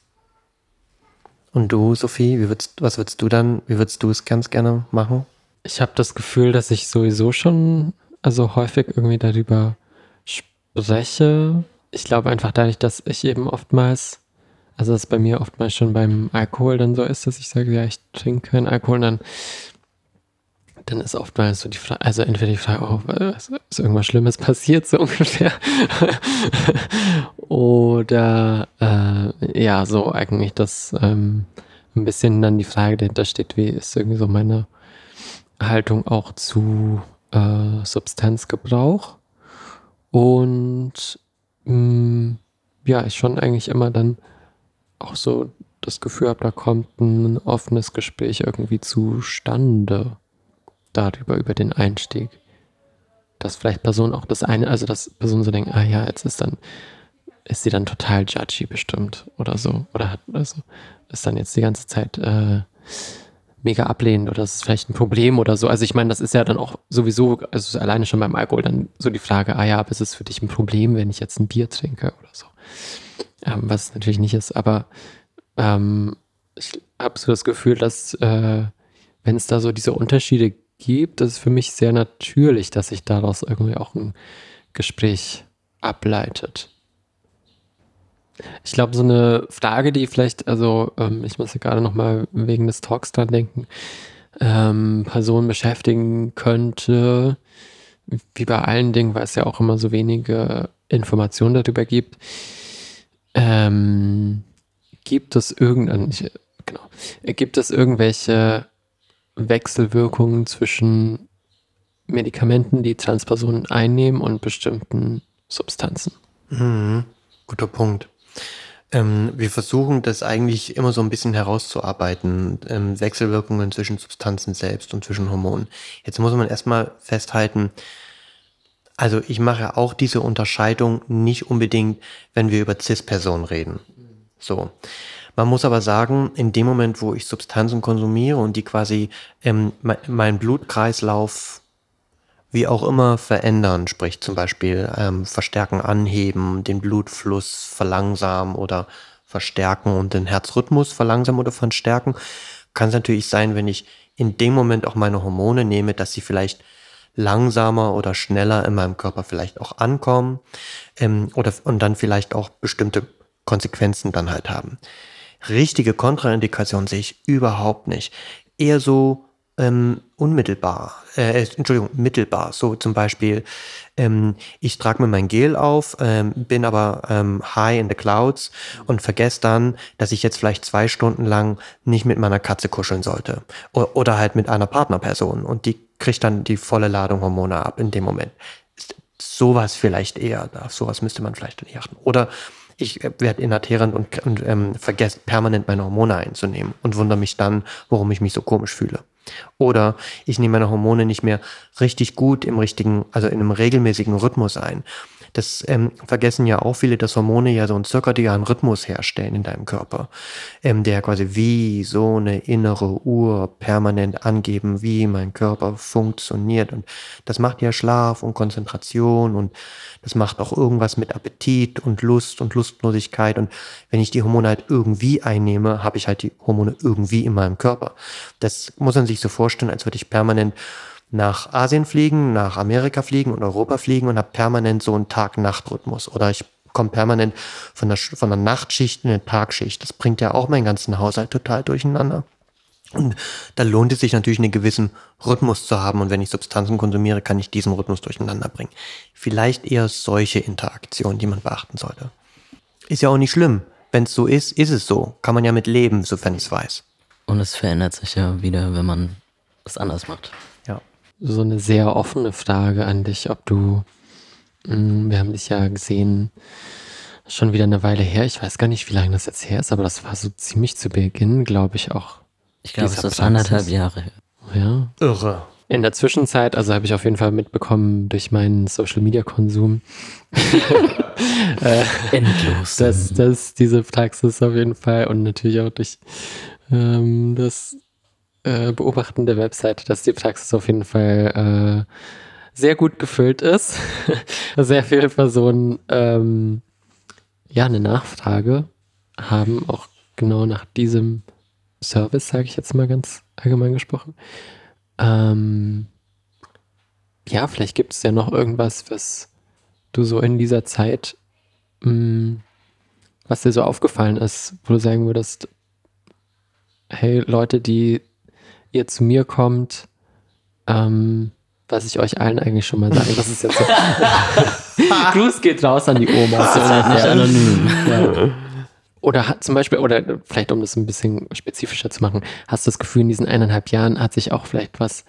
Und du, Sophie, wie würdest, was würdest du dann, wie würdest du es ganz gerne machen? Ich habe das Gefühl, dass ich sowieso schon also häufig irgendwie darüber spreche. Ich glaube einfach dadurch, dass ich eben oftmals, also dass es bei mir oftmals schon beim Alkohol dann so ist, dass ich sage, ja, ich trinke keinen Alkohol und dann, dann ist oftmals so die Frage, also entweder die Frage, oh, ist irgendwas Schlimmes passiert, so ungefähr. Oder äh, ja, so eigentlich, dass ähm, ein bisschen dann die Frage dahinter steht, wie ist irgendwie so meine Haltung auch zu äh, Substanzgebrauch. Und mh, ja, ich schon eigentlich immer dann auch so das Gefühl habe, da kommt ein offenes Gespräch irgendwie zustande darüber, über den Einstieg. Dass vielleicht Personen auch das eine, also dass Personen so denken, ah ja, jetzt ist dann, ist sie dann total judgy bestimmt oder so. Oder hat, also ist dann jetzt die ganze Zeit äh, mega ablehnend oder das ist vielleicht ein Problem oder so. Also ich meine, das ist ja dann auch sowieso, also alleine schon beim Alkohol dann so die Frage, ah ja, aber ist es für dich ein Problem, wenn ich jetzt ein Bier trinke oder so. Ähm, was es natürlich nicht ist, aber ähm, ich habe so das Gefühl, dass äh, wenn es da so diese Unterschiede gibt, das ist für mich sehr natürlich, dass sich daraus irgendwie auch ein Gespräch ableitet. Ich glaube, so eine Frage, die vielleicht, also ähm, ich muss ja gerade nochmal wegen des Talks dran denken, ähm, Personen beschäftigen könnte, wie bei allen Dingen, weil es ja auch immer so wenige Informationen darüber gibt, ähm, gibt es irgendein, genau, gibt es irgendwelche Wechselwirkungen zwischen Medikamenten, die Transpersonen einnehmen und bestimmten Substanzen? Mhm. Guter Punkt. Ähm, wir versuchen das eigentlich immer so ein bisschen herauszuarbeiten, ähm, Wechselwirkungen zwischen Substanzen selbst und zwischen Hormonen. Jetzt muss man erstmal festhalten, also ich mache auch diese Unterscheidung nicht unbedingt, wenn wir über Cis-Personen reden. So. Man muss aber sagen, in dem Moment, wo ich Substanzen konsumiere und die quasi ähm, me- meinen Blutkreislauf wie auch immer verändern, sprich zum Beispiel ähm, verstärken, anheben, den Blutfluss verlangsamen oder verstärken und den Herzrhythmus verlangsamen oder verstärken, kann es natürlich sein, wenn ich in dem Moment auch meine Hormone nehme, dass sie vielleicht langsamer oder schneller in meinem Körper vielleicht auch ankommen ähm, oder und dann vielleicht auch bestimmte Konsequenzen dann halt haben. Richtige Kontraindikation sehe ich überhaupt nicht. Eher so ähm, unmittelbar, äh, Entschuldigung, mittelbar. So zum Beispiel, ähm, ich trage mir mein Gel auf, ähm, bin aber ähm, high in the clouds und vergesse dann, dass ich jetzt vielleicht zwei Stunden lang nicht mit meiner Katze kuscheln sollte. O- oder halt mit einer Partnerperson und die kriegt dann die volle Ladung Hormone ab in dem Moment. Sowas vielleicht eher, auf sowas müsste man vielleicht nicht achten. Oder ich werde inhaltierend und, und ähm, vergesse permanent meine Hormone einzunehmen und wundere mich dann, warum ich mich so komisch fühle. Oder ich nehme meine Hormone nicht mehr richtig gut im richtigen, also in einem regelmäßigen Rhythmus ein. Das ähm, vergessen ja auch viele, dass Hormone ja so einen zirkadianen Rhythmus herstellen in deinem Körper, ähm, der quasi wie so eine innere Uhr permanent angeben, wie mein Körper funktioniert. Und das macht ja Schlaf und Konzentration und das macht auch irgendwas mit Appetit und Lust und Lustlosigkeit. Und wenn ich die Hormone halt irgendwie einnehme, habe ich halt die Hormone irgendwie in meinem Körper. Das muss man sich so vorstellen, als würde ich permanent nach Asien fliegen, nach Amerika fliegen und Europa fliegen und habe permanent so einen Tag-Nacht-Rhythmus. Oder ich komme permanent von der, von der Nachtschicht in eine Tagschicht. Das bringt ja auch meinen ganzen Haushalt total durcheinander. Und da lohnt es sich natürlich, einen gewissen Rhythmus zu haben. Und wenn ich Substanzen konsumiere, kann ich diesen Rhythmus durcheinander bringen. Vielleicht eher solche Interaktionen, die man beachten sollte. Ist ja auch nicht schlimm. Wenn es so ist, ist es so. Kann man ja mit leben, sofern ich es weiß. Und es verändert sich ja wieder, wenn man es anders macht. Ja. So eine sehr offene Frage an dich, ob du, mh, wir haben dich ja gesehen, schon wieder eine Weile her. Ich weiß gar nicht, wie lange das jetzt her ist, aber das war so ziemlich zu Beginn, glaube ich, auch. Ich glaube, es dieser ist Praxis. anderthalb Jahre her. Ja. Irre. In der Zwischenzeit, also habe ich auf jeden Fall mitbekommen durch meinen Social-Media-Konsum, äh, Endlos. dass, dass diese Praxis auf jeden Fall und natürlich auch durch ähm, das äh, Beobachten der Webseite, dass die Praxis auf jeden Fall äh, sehr gut gefüllt ist. Sehr viele Personen ähm, ja eine Nachfrage haben, auch genau nach diesem Service, sage ich jetzt mal ganz allgemein gesprochen. Ähm, ja, vielleicht gibt es ja noch irgendwas, was du so in dieser Zeit, mh, was dir so aufgefallen ist, wo du sagen würdest, hey Leute, die ihr zu mir kommt, ähm, was ich euch allen eigentlich schon mal sage, das ist jetzt so. Gruß geht raus an die Omas. Das ist halt nicht anonym. Ja. Oder hat zum Beispiel, oder vielleicht um das ein bisschen spezifischer zu machen, hast du das Gefühl, in diesen eineinhalb Jahren hat sich auch vielleicht was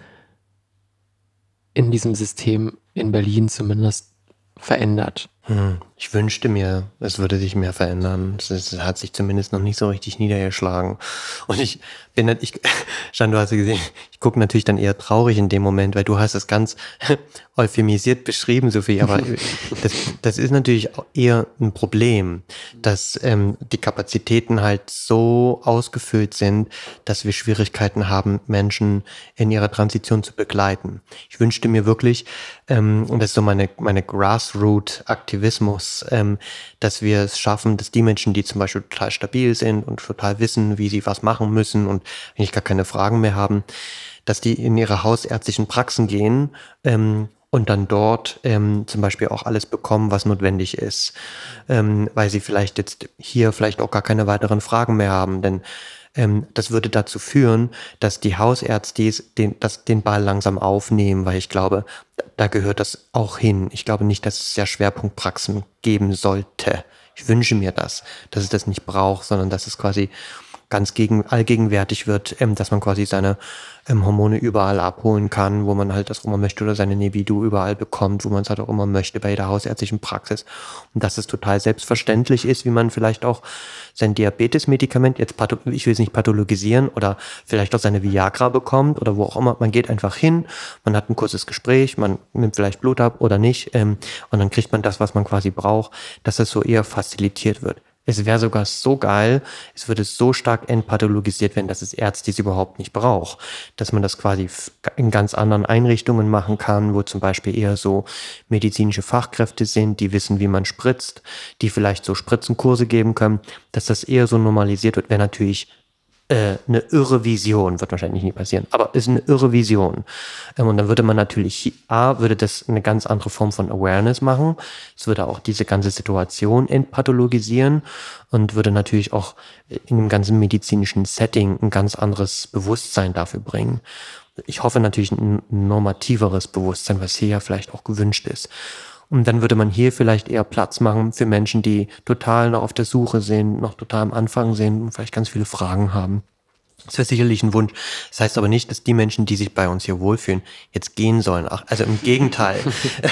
in diesem System in Berlin zumindest verändert? Hm. Ich wünschte mir, es würde sich mehr verändern. Es, es hat sich zumindest noch nicht so richtig niedergeschlagen. Und ich bin nicht, ich, Jean, du hast ja gesehen, ich gucke natürlich dann eher traurig in dem Moment, weil du hast es ganz euphemisiert beschrieben, Sophie, aber das, das ist natürlich auch eher ein Problem, dass ähm, die Kapazitäten halt so ausgefüllt sind, dass wir Schwierigkeiten haben, Menschen in ihrer Transition zu begleiten. Ich wünschte mir wirklich, ähm, und das ist so meine, meine Grassroot-Aktivismus, ähm, dass wir es schaffen, dass die Menschen, die zum Beispiel total stabil sind und total wissen, wie sie was machen müssen und eigentlich gar keine Fragen mehr haben, dass die in ihre hausärztlichen Praxen gehen ähm, und dann dort ähm, zum Beispiel auch alles bekommen, was notwendig ist, ähm, weil sie vielleicht jetzt hier vielleicht auch gar keine weiteren Fragen mehr haben, denn ähm, das würde dazu führen, dass die Hausärzte den, das, den Ball langsam aufnehmen, weil ich glaube, da gehört das auch hin. Ich glaube nicht, dass es ja Schwerpunktpraxen geben sollte. Ich wünsche mir das, dass es das nicht braucht, sondern dass es quasi ganz gegen, allgegenwärtig wird, ähm, dass man quasi seine ähm, Hormone überall abholen kann, wo man halt das immer möchte oder seine Nebidu überall bekommt, wo man es halt auch immer möchte bei jeder hausärztlichen Praxis. Und dass es total selbstverständlich ist, wie man vielleicht auch sein Diabetes-Medikament, jetzt patho- ich will es nicht pathologisieren, oder vielleicht auch seine Viagra bekommt oder wo auch immer. Man geht einfach hin, man hat ein kurzes Gespräch, man nimmt vielleicht Blut ab oder nicht ähm, und dann kriegt man das, was man quasi braucht, dass das so eher facilitiert wird. Es wäre sogar so geil, es würde so stark entpathologisiert werden, dass es Ärzte es überhaupt nicht braucht. Dass man das quasi in ganz anderen Einrichtungen machen kann, wo zum Beispiel eher so medizinische Fachkräfte sind, die wissen, wie man spritzt, die vielleicht so Spritzenkurse geben können. Dass das eher so normalisiert wird, wäre natürlich äh, eine irre Vision, wird wahrscheinlich nie passieren, aber ist eine irre Vision. Ähm, und dann würde man natürlich, A, würde das eine ganz andere Form von Awareness machen. Es würde auch diese ganze Situation entpathologisieren und würde natürlich auch in dem ganzen medizinischen Setting ein ganz anderes Bewusstsein dafür bringen. Ich hoffe natürlich ein normativeres Bewusstsein, was hier ja vielleicht auch gewünscht ist. Und dann würde man hier vielleicht eher Platz machen für Menschen, die total noch auf der Suche sind, noch total am Anfang sind und vielleicht ganz viele Fragen haben. Das wäre sicherlich ein Wunsch. Das heißt aber nicht, dass die Menschen, die sich bei uns hier wohlfühlen, jetzt gehen sollen. Ach, also im Gegenteil.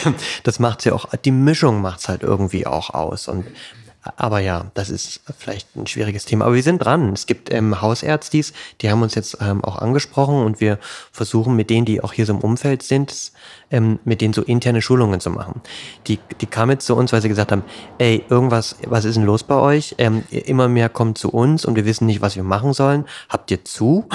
Das macht's ja auch, die Mischung macht's halt irgendwie auch aus. Und aber ja, das ist vielleicht ein schwieriges Thema. Aber wir sind dran. Es gibt ähm, Hausärztis, die haben uns jetzt ähm, auch angesprochen und wir versuchen mit denen, die auch hier so im Umfeld sind, ähm, mit denen so interne Schulungen zu machen. Die, die kamen jetzt zu uns, weil sie gesagt haben, ey, irgendwas, was ist denn los bei euch? Ähm, immer mehr kommt zu uns und wir wissen nicht, was wir machen sollen. Habt ihr zu?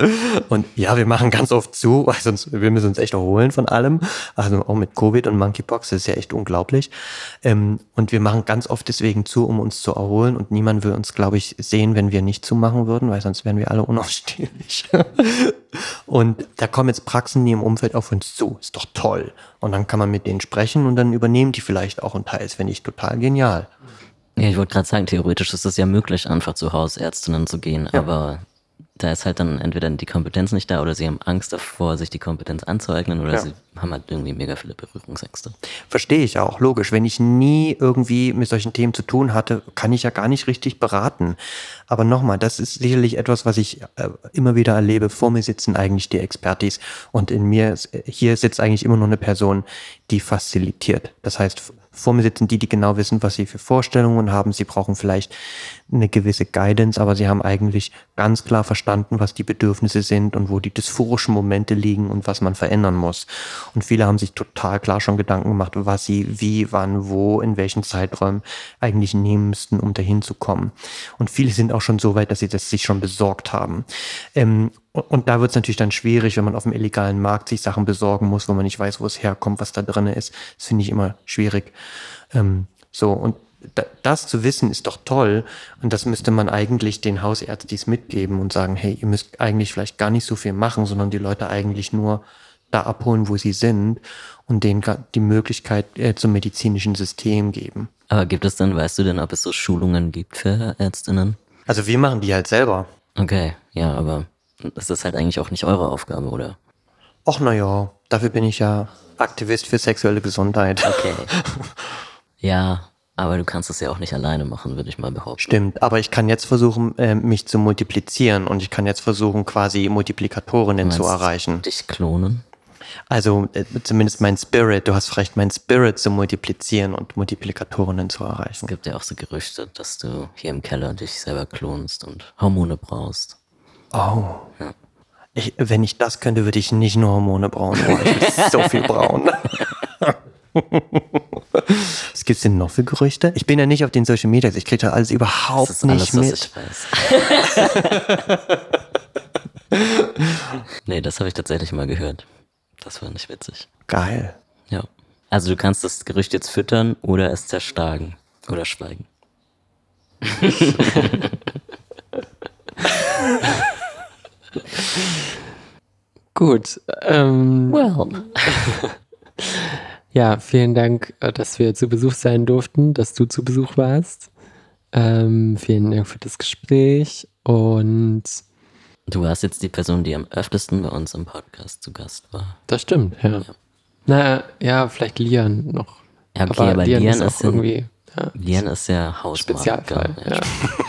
Und ja, wir machen ganz oft zu, weil sonst, wir müssen uns echt erholen von allem. Also auch mit Covid und Monkeypox, das ist ja echt unglaublich. Ähm, und wir machen ganz oft deswegen zu, um uns zu erholen. Und niemand will uns, glaube ich, sehen, wenn wir nicht zumachen würden, weil sonst wären wir alle unausstehlich. Und da kommen jetzt Praxen, die im Umfeld auf uns zu. Ist doch toll. Und dann kann man mit denen sprechen und dann übernehmen die vielleicht auch einen Teil. Das finde ich total genial. Ja, ich wollte gerade sagen, theoretisch ist es ja möglich, einfach zu Hausärztinnen zu gehen, Ja. aber da ist halt dann entweder die Kompetenz nicht da oder sie haben Angst davor, sich die Kompetenz anzueignen oder Ja. sie haben halt irgendwie mega viele Berührungsängste. Verstehe ich auch, logisch. Wenn ich nie irgendwie mit solchen Themen zu tun hatte, kann ich ja gar nicht richtig beraten. Aber nochmal, das ist sicherlich etwas, was ich äh, immer wieder erlebe. Vor mir sitzen eigentlich die Expertis und in mir, hier sitzt eigentlich immer nur eine Person, die facilitiert. Das heißt, vor mir sitzen die, die genau wissen, was sie für Vorstellungen haben. Sie brauchen vielleicht eine gewisse Guidance, aber sie haben eigentlich ganz klar verstanden, was die Bedürfnisse sind und wo die dysphorischen Momente liegen und was man verändern muss. Und viele haben sich total klar schon Gedanken gemacht, was sie wie, wann, wo, in welchen Zeiträumen eigentlich nehmen müssten, um dahin zu kommen. Und viele sind auch schon so weit, dass sie das sich schon besorgt haben. Ähm, und, und da wird es natürlich dann schwierig, wenn man auf dem illegalen Markt sich Sachen besorgen muss, wo man nicht weiß, wo es herkommt, was da drin ist. Das finde ich immer schwierig. Ähm, so, und da, das zu wissen ist doch toll. Und das müsste man eigentlich den Hausärztis mitgeben und sagen, hey, ihr müsst eigentlich vielleicht gar nicht so viel machen, sondern die Leute eigentlich nur da abholen, wo sie sind und denen die Möglichkeit äh, zum medizinischen System geben. Aber gibt es denn, weißt du denn, ob es so Schulungen gibt für Ärztinnen? Also wir machen die halt selber. Okay, ja, aber das ist halt eigentlich auch nicht eure Aufgabe, oder? Och, naja, dafür bin ich ja Aktivist für sexuelle Gesundheit. Okay. Ja, aber du kannst es ja auch nicht alleine machen, würde ich mal behaupten. Stimmt, aber ich kann jetzt versuchen, äh, mich zu multiplizieren und ich kann jetzt versuchen, quasi Multiplikatorinnen zu erreichen. Dich klonen? Also äh, zumindest mein Spirit, du hast recht, mein Spirit zu multiplizieren und Multiplikatorinnen zu erreichen. Es gibt ja auch so Gerüchte, dass du hier im Keller dich selber klonst und Hormone brauchst. Oh. Ja. Ich, wenn ich das könnte, würde ich nicht nur Hormone brauen. Oh, ich würde so viel brauen. Was gibt's denn noch für Gerüchte? Ich bin ja nicht auf den Social Medias. Ich kriege da alles überhaupt Das ist alles, nicht was mit. ich weiß. Nee, das habe ich tatsächlich mal gehört. Das war nicht witzig. Geil. Ja. Also du kannst das Gerücht jetzt füttern oder es zerschlagen. Oder schweigen. Gut. Ähm, Well. Ja, vielen Dank, äh, dass wir zu Besuch sein durften, dass du zu Besuch warst. Ähm, vielen Dank für das Gespräch und Du warst jetzt die Person, die am öftesten bei uns im Podcast zu Gast war. das stimmt, ja. Na, ja, vielleicht Lian noch. Ja, okay, aber, aber Lian, Lian ist auch irgendwie ja, Lian ist ja Hausmarke. Spezialfall, ja.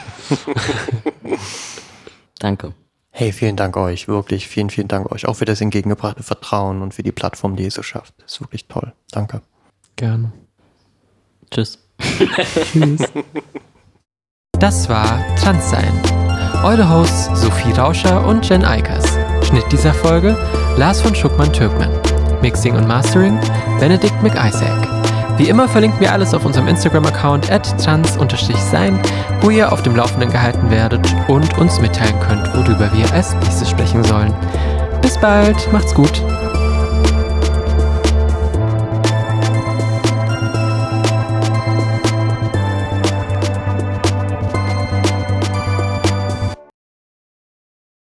Danke. Hey, vielen Dank euch, wirklich, vielen, vielen Dank euch. Auch für das entgegengebrachte Vertrauen und für die Plattform, die ihr so schafft. Das ist wirklich toll. Danke. Gerne. Tschüss. Tschüss. Das war Transsein. Eure Hosts Sophie Rauscher und Jen Eikers. Schnitt dieser Folge Lars von Schuckmann-Türkmann. Mixing und Mastering Benedikt McIsaac. Wie immer verlinken wir alles auf unserem Instagram-Account at trans-sein, wo ihr auf dem Laufenden gehalten werdet und uns mitteilen könnt, worüber wir als nächstes sprechen sollen. Bis bald, macht's gut.